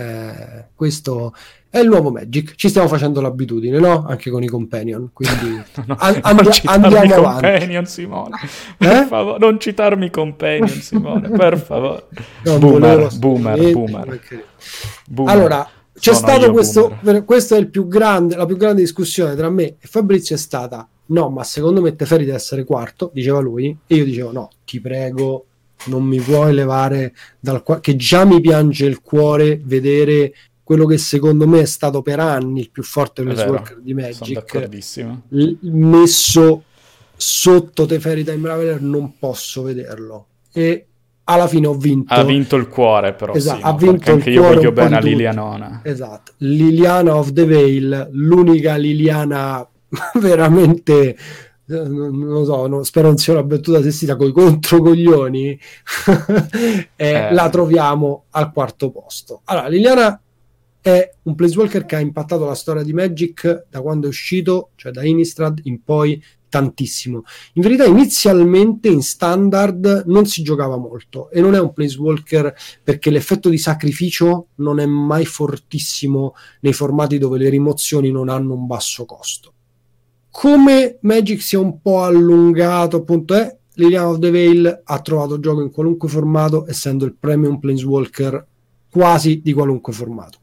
è il nuovo Magic. Ci stiamo facendo l'abitudine, no? Anche con i companion. Quindi andiamo avanti. Companion, Simone. Per favore, non citarmi companion, Simone, per favore. Boomer. Allora, c'è stato questo è la più grande discussione tra me e Fabrizio, è stata: no, ma secondo me Teferi deve essere quarto, diceva lui, e io dicevo: no, ti prego, non mi puoi levare che già mi piange il cuore vedere quello che secondo me è stato per anni il più forte Planeswalker di Magic messo sotto Teferi Time Raveler. Non posso vederlo, e alla fine ho vinto. Ha vinto il cuore, però esatto, ha vinto anche io voglio bene a Lilianona. Esatto, Liliana of the Veil, l'unica Liliana veramente, non lo so, spero non sia una battuta sessista, coi controcoglioni. La troviamo al quarto posto. Allora, Liliana è un Planeswalker che ha impattato la storia di Magic da quando è uscito, cioè da Innistrad in poi, tantissimo. In verità inizialmente in standard non si giocava molto, e non è un Planeswalker perché l'effetto di sacrificio non è mai fortissimo nei formati dove le rimozioni non hanno un basso costo. Come Magic si è un po' allungato, appunto, Liliana of the Veil ha trovato gioco in qualunque formato, essendo il premium Planeswalker quasi di qualunque formato.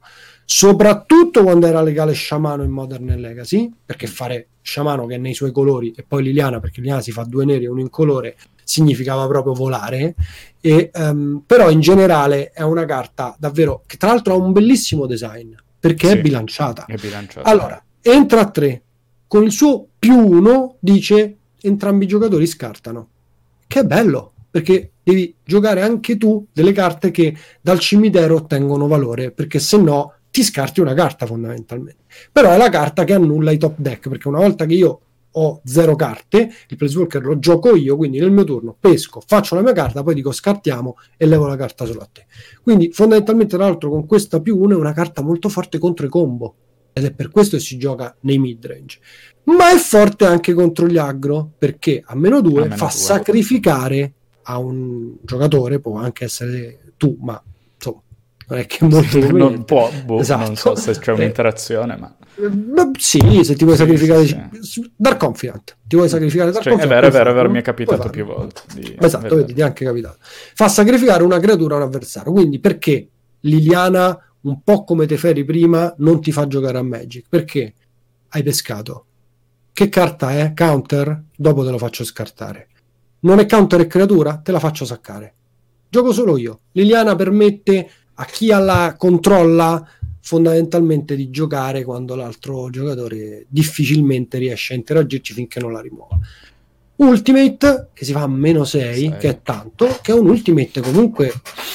soprattutto quando era legale sciamano in Modern e Legacy, perché fare sciamano che è nei suoi colori e poi Liliana, perché Liliana si fa 2 neri e 1 in colore, significava proprio volare. Però in generale è una carta davvero che tra l'altro ha un bellissimo design, perché è bilanciata. Allora, entra a 3 con il suo +1, dice entrambi i giocatori scartano, che è bello, perché devi giocare anche tu delle carte che dal cimitero ottengono valore, perché se no ti scarti una carta fondamentalmente. Però è la carta che annulla i top deck, perché una volta che io ho 0 carte, il Planeswalker lo gioco io, quindi nel mio turno pesco, faccio la mia carta, poi dico scartiamo e levo la carta solo a te. Quindi fondamentalmente tra l'altro con questa +1 è una carta molto forte contro i combo, ed è per questo che si gioca nei midrange, ma è forte anche contro gli aggro, perché a -2 fa sacrificare a un giocatore, può anche essere tu, ma insomma non è che è molto non può, esatto. Non so se c'è un'interazione, ma sì, se ti vuoi sacrificare Dark Confidant, ti vuoi sacrificare Dark Confidant, è vero, mi è capitato più volte esatto, vedi, ti è anche capitato. Fa sacrificare una creatura a un avversario, quindi perché Liliana, un po' come Teferi prima, non ti fa giocare a Magic? Perché hai pescato. Che carta è? Counter? Dopo te lo faccio scartare. Non è counter e creatura? Te la faccio saccare. Gioco solo io. Liliana permette a chi la controlla fondamentalmente di giocare quando l'altro giocatore difficilmente riesce a interagirci finché non la rimuova. Ultimate, che si fa a -6, che è tanto, che è un ultimate comunque...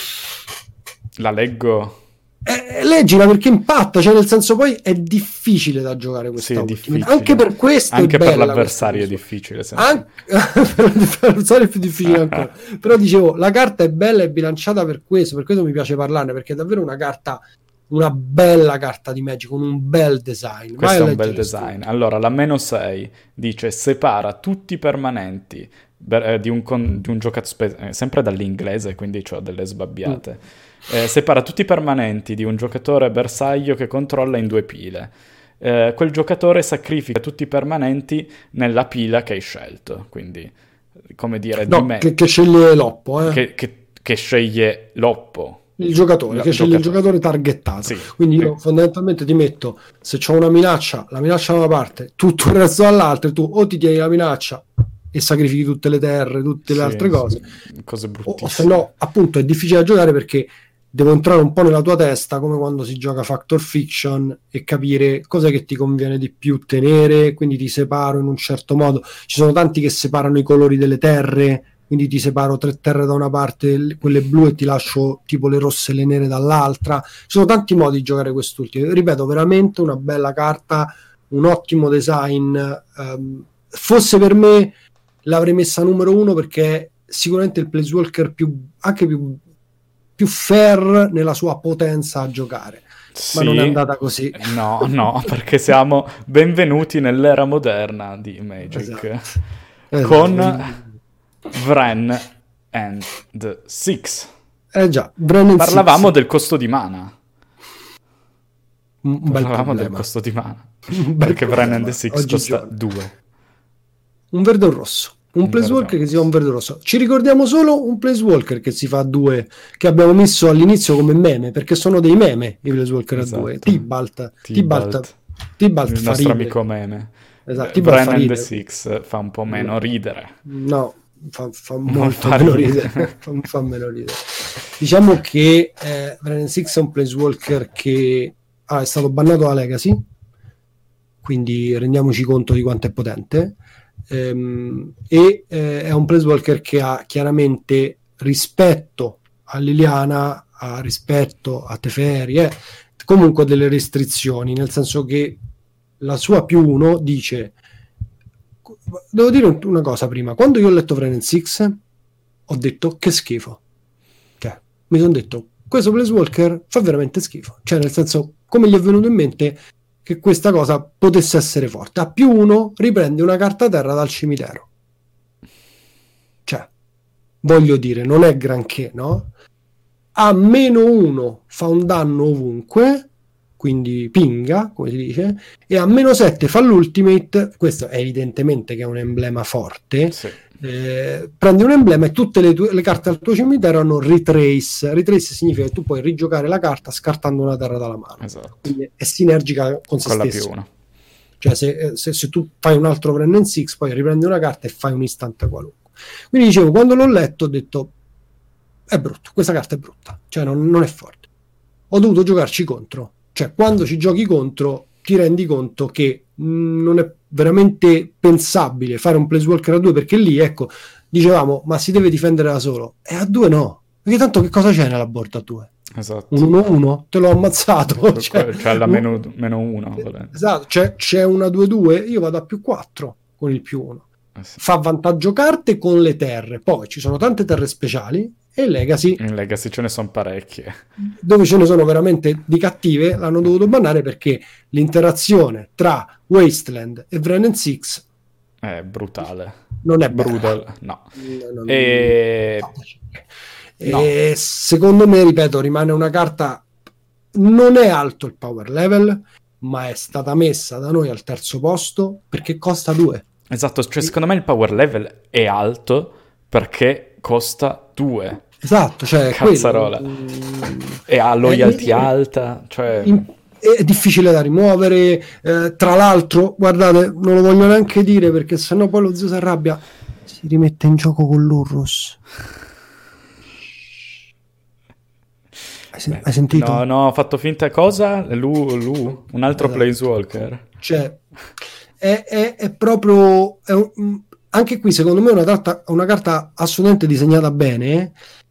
La leggo... leggila perché impatta, cioè nel senso poi è difficile da giocare questa ultimate. Anche per questo anche è bella, per l'avversario è difficile per l'avversario è più difficile ancora. Però dicevo, la carta è bella e bilanciata per questo mi piace parlarne, perché è davvero una carta, una bella carta di Magic con un bel design. Questo è un bel design. Allora la -6 dice separa tutti i permanenti di un giocatore, sempre dall'inglese, quindi ho delle sbabbiate. Separa tutti i permanenti di un giocatore bersaglio che controlla in 2 pile. Quel giocatore sacrifica tutti i permanenti nella pila che hai scelto. Quindi, come dire, che sceglie l'oppo, che sceglie l'oppo. Il giocatore, che sceglie il giocatore targettato. Sì, quindi io fondamentalmente ti metto, se c'ho una minaccia, la minaccia da una parte, tutto il resto dall'altra, e tu o ti tieni la minaccia e sacrifichi tutte le terre, tutte le altre cose bruttissime. O se no, appunto, è difficile da giocare perché devo entrare un po' nella tua testa, come quando si gioca Factor Fiction, e capire cos'è che ti conviene di più tenere, quindi ti separo in un certo modo. Ci sono tanti che separano i colori delle terre, quindi ti separo 3 terre da una parte, quelle blu, e ti lascio tipo le rosse e le nere dall'altra. Ci sono tanti modi di giocare quest'ultimo. Ripeto, veramente una bella carta, un ottimo design. Fosse per me l'avrei messa numero 1 perché è sicuramente il Planeswalker più fair nella sua potenza a giocare. Sì, ma non è andata così. No, perché siamo benvenuti nell'era moderna di Magic. Esatto. Con Wrenn and the Six. Già, parlavamo del costo di mana. Parlavamo del costo di mana. Perché Wrenn and the Six costa 2. Un verde o rosso. Un Planeswalker che si fa un verde rosso. Ci ricordiamo solo un Planeswalker che si fa 2, che abbiamo messo all'inizio come meme, perché sono dei meme i Planeswalker a 2. Tibalt il nostro amico meme. Esatto, Wrenn and the Six fa un po' meno ridere. No, fa molto meno ridere. fa meno ridere. Diciamo che Wrenn and the Six è un Planeswalker che è stato bannato da Legacy, quindi rendiamoci conto di quanto è potente. È un Planeswalker che ha chiaramente, rispetto a Liliana, rispetto a Teferi, comunque delle restrizioni, nel senso che la sua +1 dice, devo dire una cosa prima, quando io ho letto Wrenn and Six ho detto che schifo, cioè mi sono detto questo Planeswalker fa veramente schifo, cioè nel senso, come gli è venuto in mente che questa cosa potesse essere forte. A +1 riprende una carta terra dal cimitero. Cioè, voglio dire, non è granché, no? A -1 fa un danno ovunque, quindi pinga, come si dice, e a -7 fa l'ultimate, questo è evidentemente che è un emblema forte, Sì. prendi un emblema e tutte le carte al tuo cimitero hanno retrace. Retrace significa che tu puoi rigiocare la carta scartando una terra dalla mano. Esatto. Quindi è sinergica con se Con la stesso. +1. Cioè se tu fai un altro Wrenn and Six, poi riprendi una carta e fai un instant qualunque. Quindi dicevo, quando l'ho letto ho detto è brutto, questa carta è brutta, cioè non è forte. Ho dovuto giocarci contro. Cioè quando ci giochi contro ti rendi conto che non è veramente pensabile fare un Planeswalker a 2, perché lì, ecco, dicevamo, ma si deve difendere da solo. E a 2 no, perché tanto che cosa c'è nella board a 2? Esatto. Un 1-1, te l'ho ammazzato. C'è la -1. Esatto, c'è una 2-2, io vado a +4 con il +1. Sì. Fa vantaggio carte con le terre, poi ci sono tante terre speciali, e Legacy, in Legacy ce ne sono parecchie, dove ce ne sono veramente di cattive, l'hanno dovuto bannare perché l'interazione tra Wasteland e Wrenn and Six è brutale, non è brutal, no. E secondo me, ripeto, rimane una carta, non è alto il power level, ma è stata messa da noi al terzo posto perché costa 2. Esatto, cioè secondo me il power level è alto perché costa 2. Esatto, cioè cazzarola. E ha loyalty alta, cioè è difficile da rimuovere. Tra l'altro, guardate, non lo voglio neanche dire perché sennò poi lo zio si arrabbia. Si rimette in gioco con l'Urrus. Hai sentito? No, ho fatto finta cosa? Lu? Un altro Planeswalker. Cioè, è proprio... anche qui, secondo me, è una carta assolutamente disegnata bene.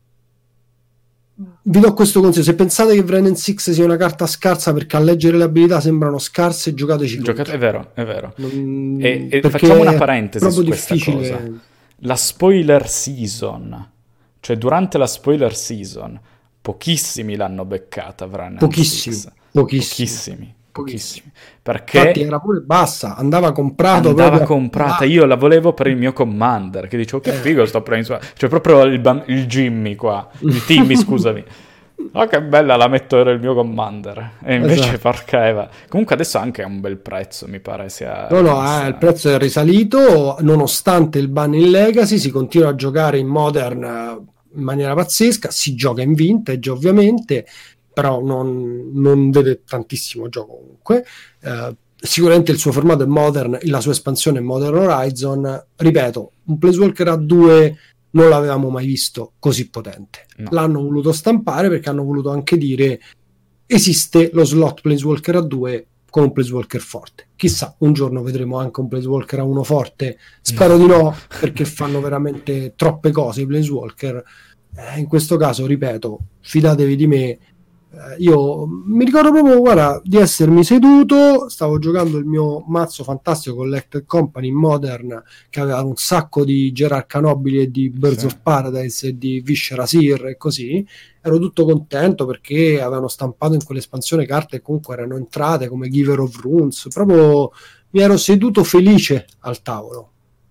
Vi do questo consiglio: se pensate che Wrenn and Six sia una carta scarsa perché a leggere le abilità sembrano scarse, giocateci contro. È vero. E facciamo una parentesi su questa cosa. La spoiler season, cioè durante la spoiler season, pochissimi l'hanno beccata Wrenn and Six. Pochissimi. Perché infatti era pure bassa, andava comprata. Io la volevo per il mio commander, che dicevo che figo sto prendendo, cioè proprio il Jimmy qua, il Timmy, scusami. Oh, che bella, la metto ora il mio commander. E invece porca Eva. Comunque adesso anche è un bel prezzo, mi pare sia. Il prezzo è risalito nonostante il ban in Legacy. Si continua a giocare in Modern in maniera pazzesca, si gioca in Vintage ovviamente, però non vede tantissimo gioco comunque. Sicuramente il suo formato è Modern, la sua espansione è Modern Horizon. Ripeto, un Planeswalker a 2 non l'avevamo mai visto così potente. No. L'hanno voluto stampare perché hanno voluto anche dire esiste lo slot Planeswalker a 2 con un Planeswalker forte. Chissà, un giorno vedremo anche un Planeswalker a 1 forte. Spero di no, perché fanno veramente troppe cose i Planeswalker. In questo caso, ripeto, fidatevi di me. Io mi ricordo proprio, guarda, di essermi seduto, stavo giocando il mio mazzo fantastico Collected Company in Modern, che aveva un sacco di Gerard Canobili e di Birds of Paradise e di Viscera Seer e così. Ero tutto contento perché avevano stampato in quell'espansione carte che comunque erano entrate come Giver of Runes. Proprio mi ero seduto felice al tavolo.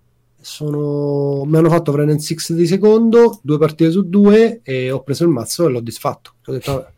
Mi hanno fatto Wrenn and Six di secondo, 2 partite su 2, e ho preso il mazzo e l'ho disfatto. Ho detto vabbè,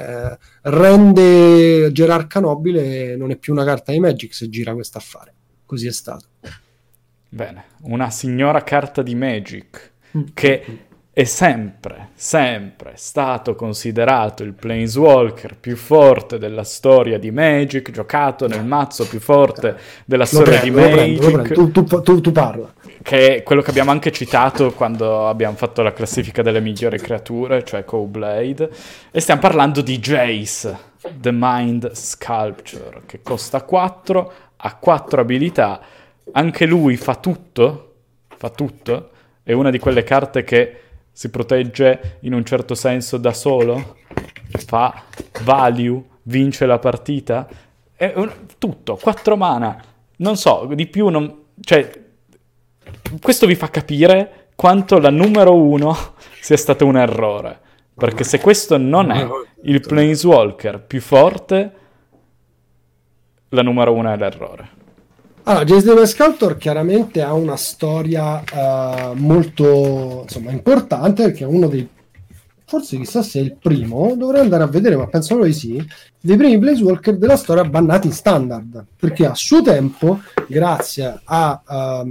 rende Gerard Canobile, non è più una carta di Magic se gira questo affare. Così è stato. Bene, una signora carta di Magic che è sempre stato considerato il Planeswalker più forte della storia di Magic, giocato nel mazzo più forte della storia di Magic. Tu parla. Che è quello che abbiamo anche citato quando abbiamo fatto la classifica delle migliori creature, cioè Cowblade, e stiamo parlando di Jace, The Mind Sculpture, che costa 4, ha 4 abilità, anche lui fa tutto, è una di quelle carte che si protegge in un certo senso da solo, fa value, vince la partita, tutto, 4 mana, non so, di più non... cioè, questo vi fa capire quanto la numero 1 sia stato un errore, perché se questo non è il Planeswalker più forte, la numero 1 è l'errore. Allora, Jace the Mind Sculptor chiaramente ha una storia molto, insomma, importante, perché è uno dei forse chissà se è il primo, dovrei andare a vedere, ma penso proprio di sì, dei primi Planeswalker della storia bannati in standard, perché a suo tempo, grazie a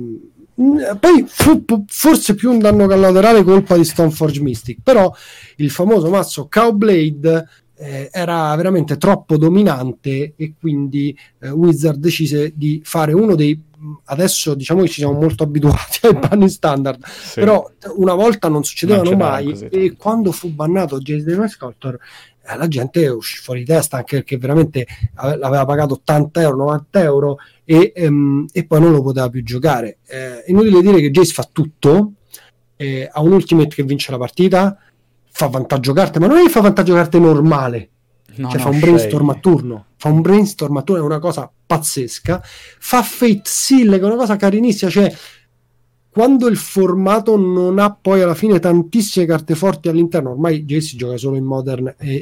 poi fu forse più un danno collaterale colpa di Stoneforge Mystic, però il famoso mazzo Cowblade era veramente troppo dominante e quindi Wizard decise di fare uno dei, adesso diciamo che ci siamo molto abituati ai banni standard, sì. Però una volta non succedevano mai, e quando fu bannato Jace the Mind Sculptor la gente uscì fuori di testa, anche perché veramente l'aveva pagato 80 euro, 90 euro e poi non lo poteva più giocare. Inutile dire che Jace fa tutto, ha un ultimate che vince la partita, fa vantaggio carte, ma non è che fa vantaggio carte normale, fa un brainstorm a turno, è una cosa pazzesca, fa Fate Seal, che è una cosa carinissima, cioè quando il formato non ha poi alla fine tantissime carte forti all'interno, ormai Jace si gioca solo in Modern e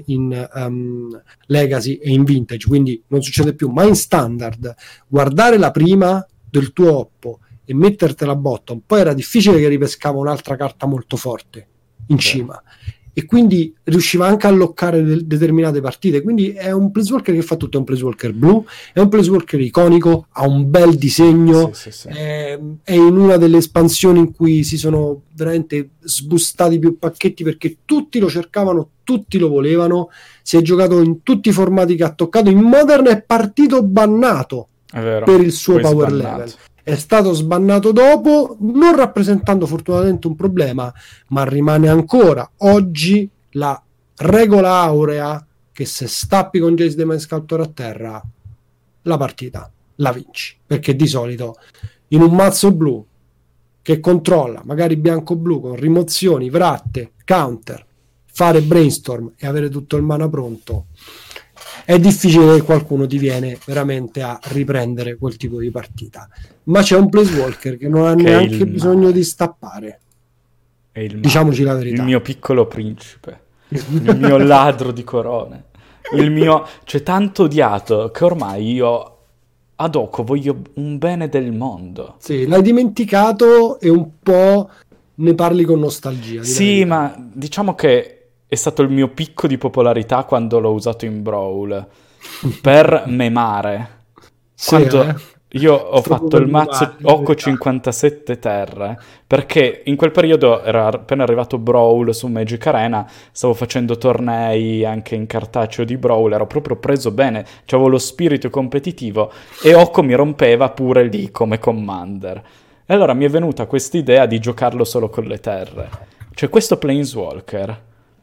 in Legacy e in Vintage, quindi non succede più, ma in Standard guardare la prima del tuo oppo e mettertela bottom, poi era difficile che ripescava un'altra carta molto forte in cima, e quindi riusciva anche a loccare determinate partite. Quindi è un Planeswalker che fa tutto, è un Planeswalker blu, è un Planeswalker iconico, ha un bel disegno, sì. È in una delle espansioni in cui si sono veramente sbustati più pacchetti, perché tutti lo cercavano, tutti lo volevano, si è giocato in tutti i formati che ha toccato. In Modern è partito bannato per il suo power level, è stato sbannato dopo, non rappresentando fortunatamente un problema, ma rimane ancora oggi la regola aurea che se stappi con Jace the Mind Sculptor a terra la partita la vinci, perché di solito in un mazzo blu che controlla magari bianco-blu con rimozioni, vratte, counter, fare brainstorm e avere tutto il mana pronto, è difficile che qualcuno ti viene veramente a riprendere quel tipo di partita. Ma c'è un Planeswalker che non ha neanche bisogno di stappare. Diciamoci la verità. Il mio piccolo principe, il mio ladro di corone, il mio... C'è tanto odiato che ormai io ad Oko voglio un bene del mondo. Sì, l'hai dimenticato e un po' ne parli con nostalgia. Sì, ma diciamo che è stato il mio picco di popolarità quando l'ho usato in Brawl per memare. Sì, io ho fatto il mazzo Oko 57 terre, perché in quel periodo era appena arrivato Brawl su Magic Arena, stavo facendo tornei anche in cartaceo di Brawl, ero proprio preso bene, c'avevo lo spirito competitivo e Oko mi rompeva pure lì come commander. E allora mi è venuta questa idea di giocarlo solo con le terre. Cioè questo Planeswalker...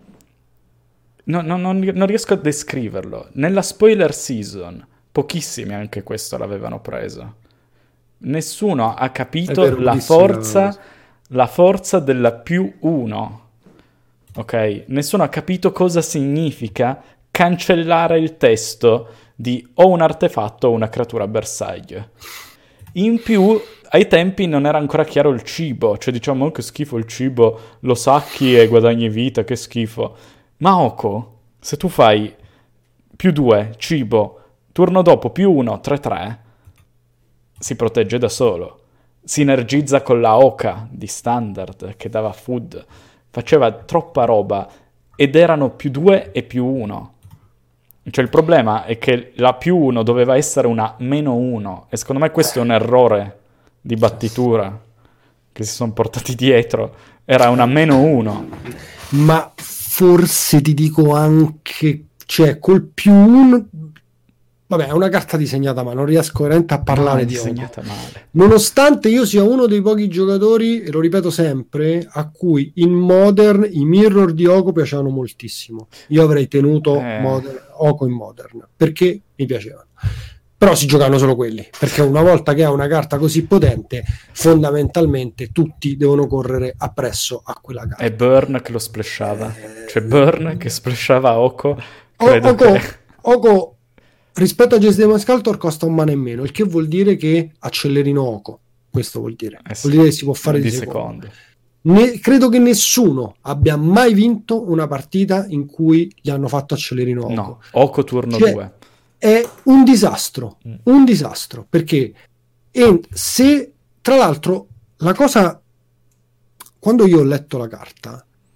Non riesco a descriverlo. Nella spoiler season, pochissimi anche questo l'avevano preso. Nessuno ha capito la forza della +1. Ok? Nessuno ha capito cosa significa cancellare il testo di o un artefatto o una creatura bersaglio. In più, ai tempi non era ancora chiaro il cibo. Cioè diciamo, che schifo il cibo, lo sacchi e guadagni vita, che schifo. Ma Oko, se tu fai +2, cibo, turno dopo +1, 3-3, si protegge da solo. Sinergizza con la Oka di Standard, che dava food. Faceva troppa roba, ed erano +2 e +1. Cioè il problema è che la +1 doveva essere una -1, e secondo me questo è un errore di battitura che si sono portati dietro. Era una -1. Ma... forse ti dico anche, cioè col +1, vabbè, è una carta disegnata, ma non riesco veramente a parlare di disegnata male. Nonostante io sia uno dei pochi giocatori, e lo ripeto sempre, a cui in Modern i mirror di Oko piacevano moltissimo. Io avrei tenuto Oko in Modern perché mi piacevano. Però si giocano solo quelli, perché una volta che ha una carta così potente, fondamentalmente tutti devono correre appresso a quella carta. E Burn che lo splashava, cioè Burn che splashava Oko. Oko rispetto a Jace the Mind Sculptor costa un mana in meno, il che vuol dire che accelerino Oko. Questo vuol dire. Sì. Vuol dire che si può fare di secondi. Credo che nessuno abbia mai vinto una partita in cui gli hanno fatto accelerino Oko. No, Oko turno 2. È un disastro, perché se tra l'altro la cosa, quando io ho letto la carta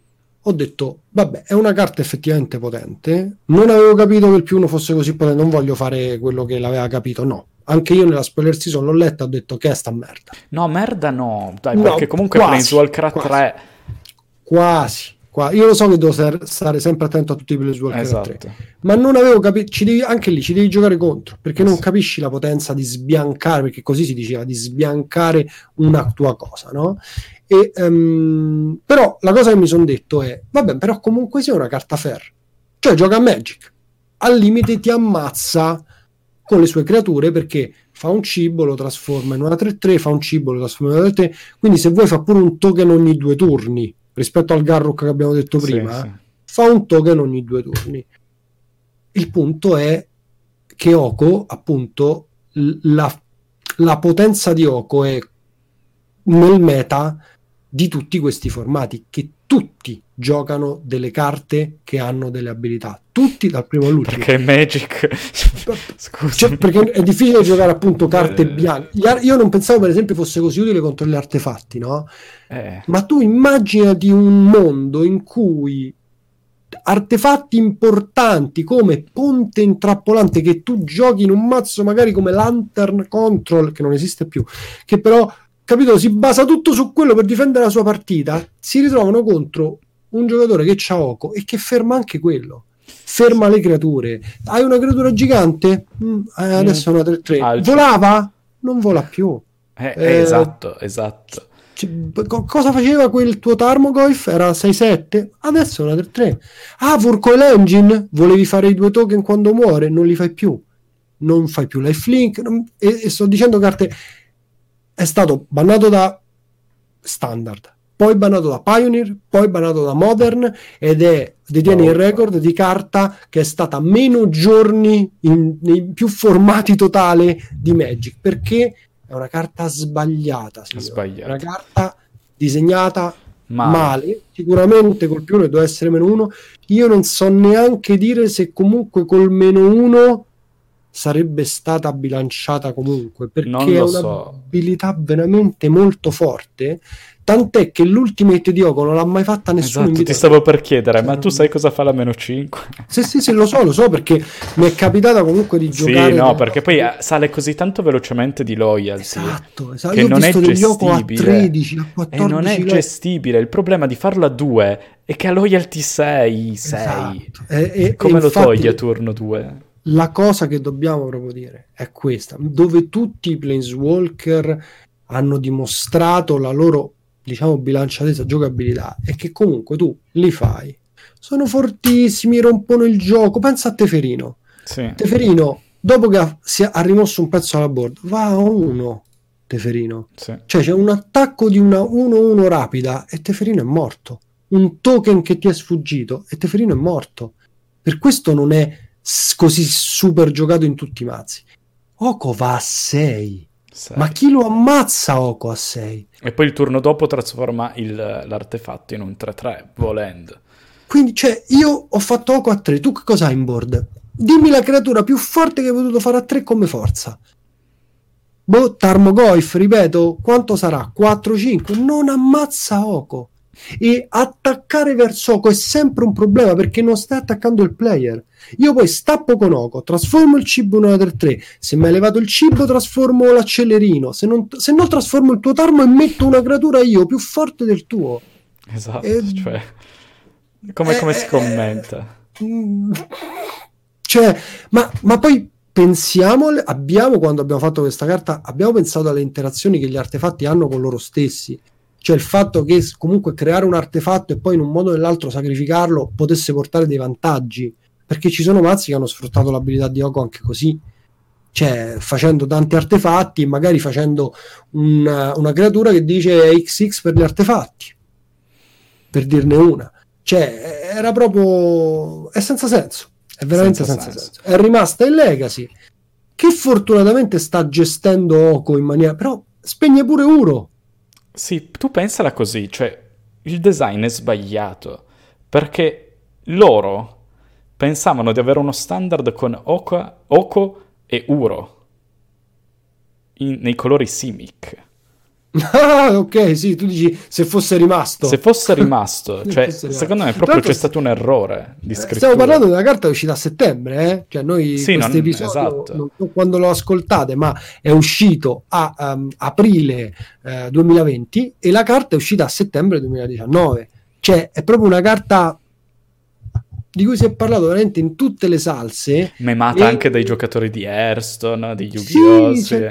ho detto, vabbè, è una carta effettivamente potente, non avevo capito che il +1 fosse così potente, non voglio fare quello che l'aveva capito, no. Anche io nella spoiler season l'ho letta e ho detto che è sta merda. No, merda no, dai, No, perché comunque Planeswalker 3... Quasi. Io lo so che devo stare sempre attento a tutti i Planeswalker Esatto. 3, ma non avevo capito, anche lì ci devi giocare contro, perché non capisci la potenza di sbiancare, perché così si diceva, di sbiancare una tua cosa, no? E, però la cosa che mi sono detto è, vabbè, però comunque sia una carta fair, cioè gioca a Magic, al limite ti ammazza con le sue creature, perché fa un cibo, lo trasforma in una 3-3, fa un cibo, lo trasforma in una 3-3, quindi se vuoi fa pure un token ogni 2 turni, rispetto al Garruk che abbiamo detto prima, sì. fa un token ogni 2 turni. Il punto è che Oko, appunto, la potenza di Oko è nel meta di tutti questi formati, che tutti giocano delle carte che hanno delle abilità, tutti dal primo all'ultimo. Perché Magic scusa, perché è difficile giocare appunto carte bianche. Io non pensavo per esempio fosse così utile contro gli artefatti, no? Ma tu immaginati un mondo in cui artefatti importanti come Ponte Intrappolante, che tu giochi in un mazzo magari come Lantern Control, che non esiste più, che però, capito, si basa tutto su quello per difendere la sua partita, si ritrovano contro un giocatore che c'ha Oko e che ferma anche quello, ferma le creature. Hai una creatura gigante? Adesso è una 3-3. Volava? Non vola più. Esatto. Cosa faceva quel tuo Tarmogoyf? Era 6-7? Adesso è una 3-3. Furcoil Engine? Volevi fare i 2 token quando muore? Non li fai più. Non fai più lifelink. E sto dicendo carte... È stato bannato da Standard, poi bannato da Pioneer, poi bannato da Modern, ed detiene il record di carta che è stata meno giorni nei più formati totale di Magic, perché è una carta sbagliata, è una carta disegnata male. Sicuramente col +1 doveva essere -1. Io non so neanche dire se comunque col -1 sarebbe stata bilanciata comunque, perché è un'abilità veramente molto forte, tant'è che l'ultimate di Oko non l'ha mai fatta nessuno. Esatto, ti stavo per chiedere, ma tu sai cosa fa la -5? Sì, lo so, perché mi è capitata comunque di giocare. Sì, no, perché poi sale così tanto velocemente di loyalty. Esatto. Che Io non è gestibile. A 13, a 14, e non è gestibile. Il problema di farlo a 2 è che a loyalty 6. Esatto. Come lo togli a turno 2? La cosa che dobbiamo proprio dire è questa, dove tutti i Planeswalker hanno dimostrato la loro, diciamo, bilanciatezza, giocabilità, è che comunque tu li fai, sono fortissimi, rompono il gioco. Pensa a Teferino. Sì. Teferino, dopo che ha rimosso un pezzo alla board, va a 1 Teferino. Sì. Cioè c'è un attacco di una 1-1 rapida e Teferino è morto. Un token che ti è sfuggito e Teferino è morto. Per questo non è così super giocato in tutti i mazzi. Oko va a 6. Ma chi lo ammazza Oko a 6? E poi il turno dopo trasforma l'artefatto in un 3-3 volendo. Quindi, cioè, io ho fatto Oko a 3. Tu che cosa hai in board? Dimmi la creatura più forte che hai potuto fare a 3 come forza. Tarmogoyf, ripeto, quanto sarà? 4-5? Non ammazza Oko. E attaccare verso Oko è sempre un problema, perché non stai attaccando il player. Io poi stappo con Oko, trasformo il cibo in una 3-3. Se mi hai levato il cibo, trasformo l'accelerino. Se no, trasformo il tuo Tarmo e metto una creatura io più forte del tuo. Esatto, cioè, come si commenta? Cioè, ma poi pensiamo, quando abbiamo fatto questa carta, abbiamo pensato alle interazioni che gli artefatti hanno con loro stessi. Cioè il fatto che comunque creare un artefatto e poi in un modo o nell'altro sacrificarlo potesse portare dei vantaggi, perché ci sono mazzi che hanno sfruttato l'abilità di Oko anche così, cioè facendo tanti artefatti e magari facendo una creatura che dice XX per gli artefatti, per dirne una. Cioè era proprio, è senza senso, è veramente senza senso. È rimasta in Legacy, che fortunatamente sta gestendo Oko in maniera, però spegne pure Uro. Sì, tu pensala così, cioè il design è sbagliato, perché loro pensavano di avere uno standard con Oko e Uro nei colori Simic. Ah, ok, sì, tu dici se fosse rimasto. Se fosse rimasto, Se cioè, fosse rimasto. secondo me Tra proprio l'altro, c'è stato un errore di stiamo scrittura. parlando di una carta che è uscita a settembre, eh? Cioè noi Sì, questo non, episodio, esatto. non so quando lo ascoltate, ma è uscito a aprile 2020 e la carta è uscita a settembre 2019. Cioè è proprio una carta di cui si è parlato veramente in tutte le salse. Memata E anche dai giocatori di Hearthstone, di Yu-Gi-Oh! sì, Sì. cioè,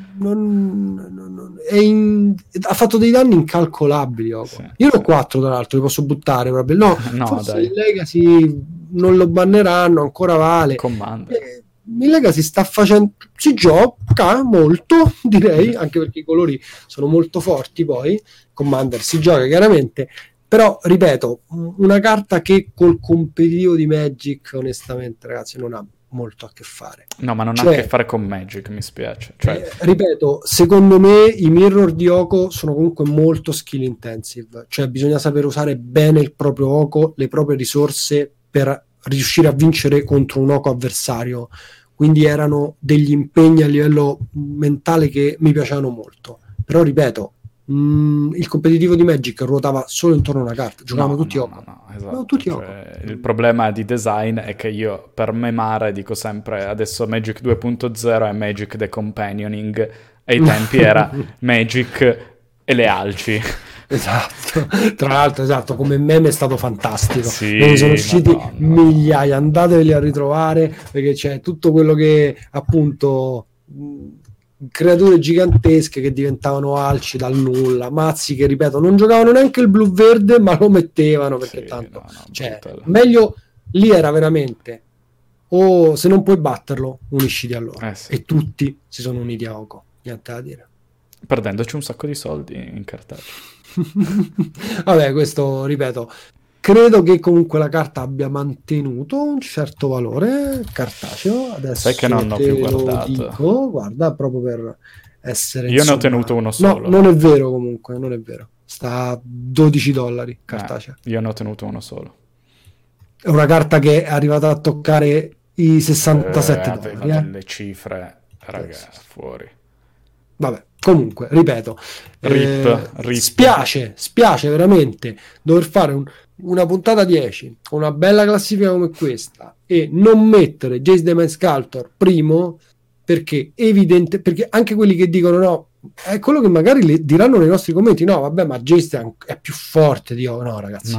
ha fatto dei danni incalcolabili. Sì, Io ne ho sì. 4 tra l'altro, li posso buttare proprio. No, No, forse dai. il Legacy non lo banneranno, ancora vale. Commander. Il Legacy sta facendo, si gioca molto, direi, anche perché i colori sono molto forti. Poi Commander si gioca chiaramente, però ripeto, una carta che col competitivo di Magic onestamente ragazzi non ha molto a che fare. No, ma non ha a che Cioè, fare con Magic, mi spiace. Cioè, ripeto, secondo me i mirror di Oko sono comunque molto skill intensive, cioè bisogna sapere usare bene il proprio Oko, le proprie risorse per riuscire a vincere contro un Oko avversario. Quindi erano degli impegni a livello mentale che mi piacevano molto. Però ripeto, il competitivo di Magic ruotava solo intorno a una carta, giocavano tutti Oko. no, No, esatto. tutti Oko. Cioè, il problema di design è che io, per memare, dico sempre, adesso Magic 2.0 è Magic the Companioning, e ai tempi era Magic e le alci. Esatto, tra l'altro, esatto, come meme è stato fantastico. Sì, ne sono usciti Madonna. migliaia, andateveli a ritrovare perché c'è tutto quello che appunto creature gigantesche che diventavano alci dal nulla, mazzi che ripeto non giocavano neanche il blu verde ma lo mettevano perché Sì, tanto no, cioè, brutal. meglio lì era veramente o se non puoi batterlo unisciti a loro Sì. e tutti si sono uniti a Oko, niente da dire. Perdendoci un sacco di soldi in cartaceo. Vabbè, questo ripeto, credo che comunque la carta abbia mantenuto un certo valore cartaceo. Adesso Sai che non ho te più lo guardato. dico, guarda, proprio per essere Io ne ho insomma... tenuto uno No, solo. non è vero comunque, non è vero. Sta a $12 cartacea. Io ne ho tenuto uno solo. È una carta che è arrivata a toccare i 67 Aveva dollari. delle cifre, raga, Sì. fuori. Vabbè, comunque, ripeto, Rip. spiace veramente dover fare una puntata 10 con una bella classifica come questa e non mettere Jace the Mind Sculptor primo perché evidente, perché anche quelli che dicono no, è quello che magari diranno nei nostri commenti, no vabbè ma Jace è più forte di Oko, no ragazzi.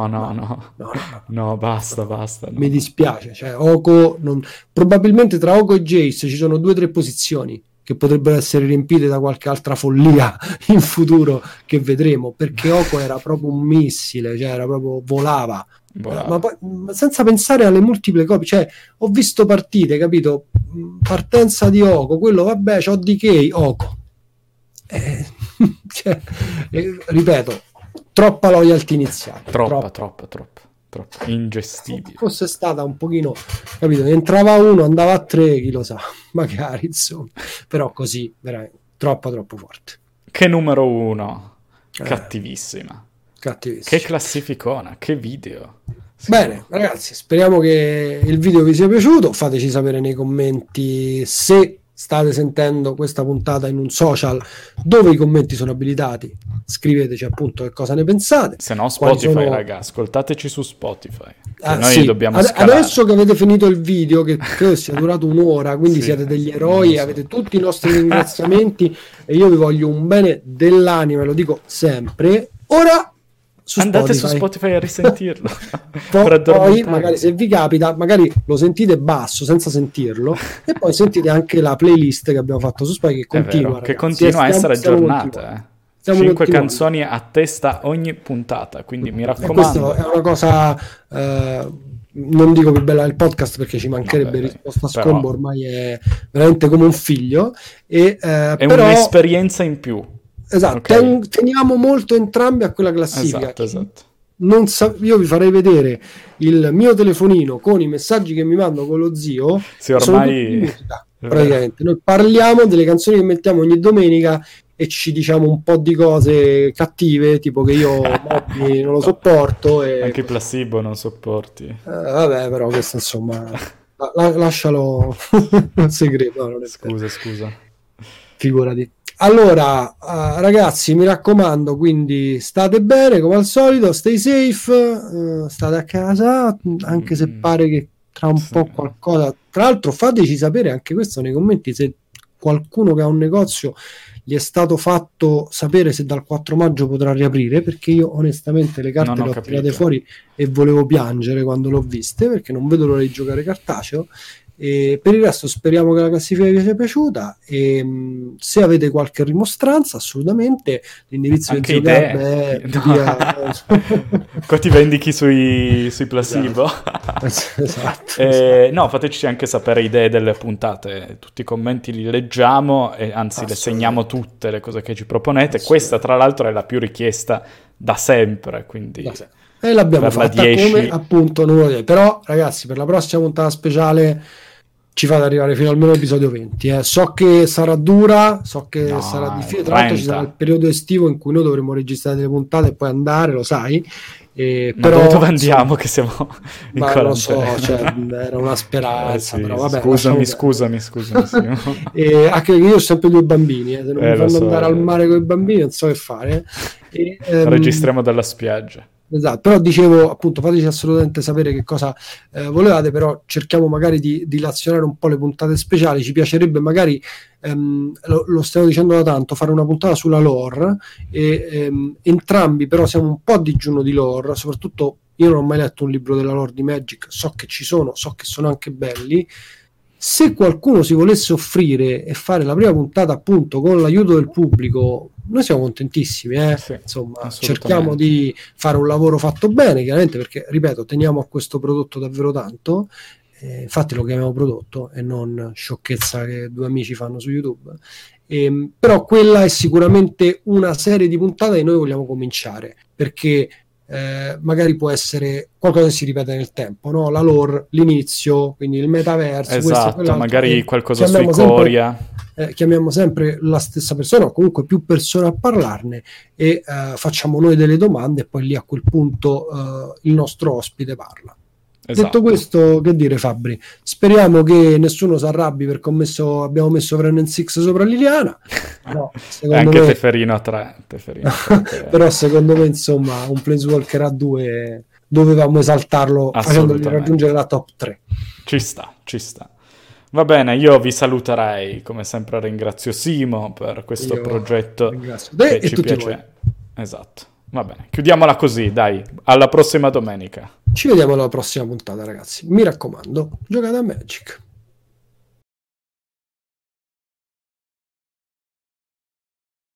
No, basta. No. Mi dispiace, cioè Oko probabilmente tra Oko e Jace ci sono 2 o 3 posizioni che potrebbero essere riempite da qualche altra follia in futuro che vedremo, perché Oko era proprio un missile, cioè era proprio volava. Ma poi senza pensare alle multiple copie, cioè ho visto partite, capito? Partenza di Oko, quello vabbè, c'ho DK, Oko. Cioè, ripeto, troppa loyalty iniziale. Troppa. Ingestibile. Fosse stata un pochino, capito? Entrava uno, andava a 3, chi lo sa, magari insomma, però così veramente troppo forte. Che numero 1, cattivissima. Che classificona, che video. Bene, ragazzi, speriamo che il video vi sia piaciuto. Fateci sapere nei commenti se state sentendo questa puntata in un social dove i commenti sono abilitati. Scriveteci appunto che cosa ne pensate. Se no Spotify, raga, ascoltateci su Spotify. Noi dobbiamo scalare. Adesso che avete finito il video, che credo sia durato un'ora, quindi siete degli eroi, avete tutti i nostri ringraziamenti e io vi voglio un bene dell'anima, lo dico sempre. Ora andate su Spotify a risentirlo. Poi magari se vi capita, magari lo sentite basso senza sentirlo e poi sentite anche la playlist che abbiamo fatto su Spotify che continua, che continua a essere aggiornata. 5 canzoni a testa ogni puntata, quindi mi raccomando. Questa è una cosa non dico più bella del podcast perché ci mancherebbe risposta a Scombo, ormai è veramente come un figlio è però, un'esperienza in più. Esatto, teniamo molto entrambi a quella classifica. Esatto. Io vi farei vedere il mio telefonino con i messaggi che mi mando con lo zio. Sì, ormai praticamente noi parliamo delle canzoni che mettiamo ogni domenica e ci diciamo un po' di cose cattive, tipo che io Bobby non lo sopporto e anche Placebo non sopporti. Vabbè, però questo insomma lascialo segreto, non è scusa figurati. Allora, ragazzi, mi raccomando, quindi state bene come al solito, stay safe, state a casa, anche se pare che tra un po' qualcosa. Tra l'altro, fateci sapere anche questo nei commenti se qualcuno che ha un negozio gli è stato fatto sapere se dal 4 maggio potrà riaprire, perché io onestamente le carte le ho tirate fuori e volevo piangere quando l'ho viste, perché non vedo l'ora di giocare cartaceo. E per il resto speriamo che la classifica vi sia piaciuta e se avete qualche rimostranza assolutamente l'indirizzo anche di idee qua ti vendichi sui placebo. Esatto. No, fateci anche sapere idee delle puntate, tutti i commenti li leggiamo e anzi le segniamo tutte le cose che ci proponete. Questa tra l'altro è la più richiesta da sempre, quindi e l'abbiamo fatta come appunto non però ragazzi, per la prossima puntata speciale ci fate arrivare fino almeno all'episodio 20. So che sarà dura, so che sarà difficile, tra l'altro ci sarà il periodo estivo in cui noi dovremo registrare delle puntate e poi andare, lo sai. Però dove andiamo che siamo in quarantena? Lo so, cioè, era una speranza, però vabbè, scusami anche perché io ho sempre 2 bambini, se non mi fanno andare al mare con i bambini non so che fare. Registriamo dalla spiaggia. Esatto, però dicevo appunto fateci assolutamente sapere che cosa volevate, però cerchiamo magari di dilazionare un po' le puntate speciali, ci piacerebbe magari, lo stiamo dicendo da tanto, fare una puntata sulla lore e entrambi però siamo un po' a digiuno di lore, soprattutto io non ho mai letto un libro della lore di Magic, so che ci sono, so che sono anche belli. Se qualcuno si volesse offrire e fare la prima puntata appunto con l'aiuto del pubblico, noi siamo contentissimi, sì, insomma, cerchiamo di fare un lavoro fatto bene, chiaramente, perché ripeto, teniamo a questo prodotto davvero tanto, infatti lo chiamiamo prodotto e non sciocchezza che 2 amici fanno su YouTube, però quella è sicuramente una serie di puntate che noi vogliamo cominciare, perché magari può essere qualcosa che si ripete nel tempo, no? La lore, l'inizio, quindi il metaverso, esatto, magari qualcosa sui Coria, chiamiamo sempre la stessa persona o comunque più persone a parlarne e facciamo noi delle domande e poi lì a quel punto il nostro ospite parla. Esatto. Detto questo, che dire Fabri? Speriamo che nessuno si arrabbi perché abbiamo messo Wrenn and Six sopra Liliana. No, anche me... Teferino a 3. Però secondo me insomma un Planeswalker a 2 dovevamo esaltarlo facendogli raggiungere la top 3. Ci sta. Va bene, io vi saluterei, come sempre ringrazio Simo per questo progetto ringrazio te e tutti piace. Voi. Esatto. Va bene, chiudiamola così, dai, alla prossima domenica. Ci vediamo alla prossima puntata, ragazzi. Mi raccomando, giocate a Magic.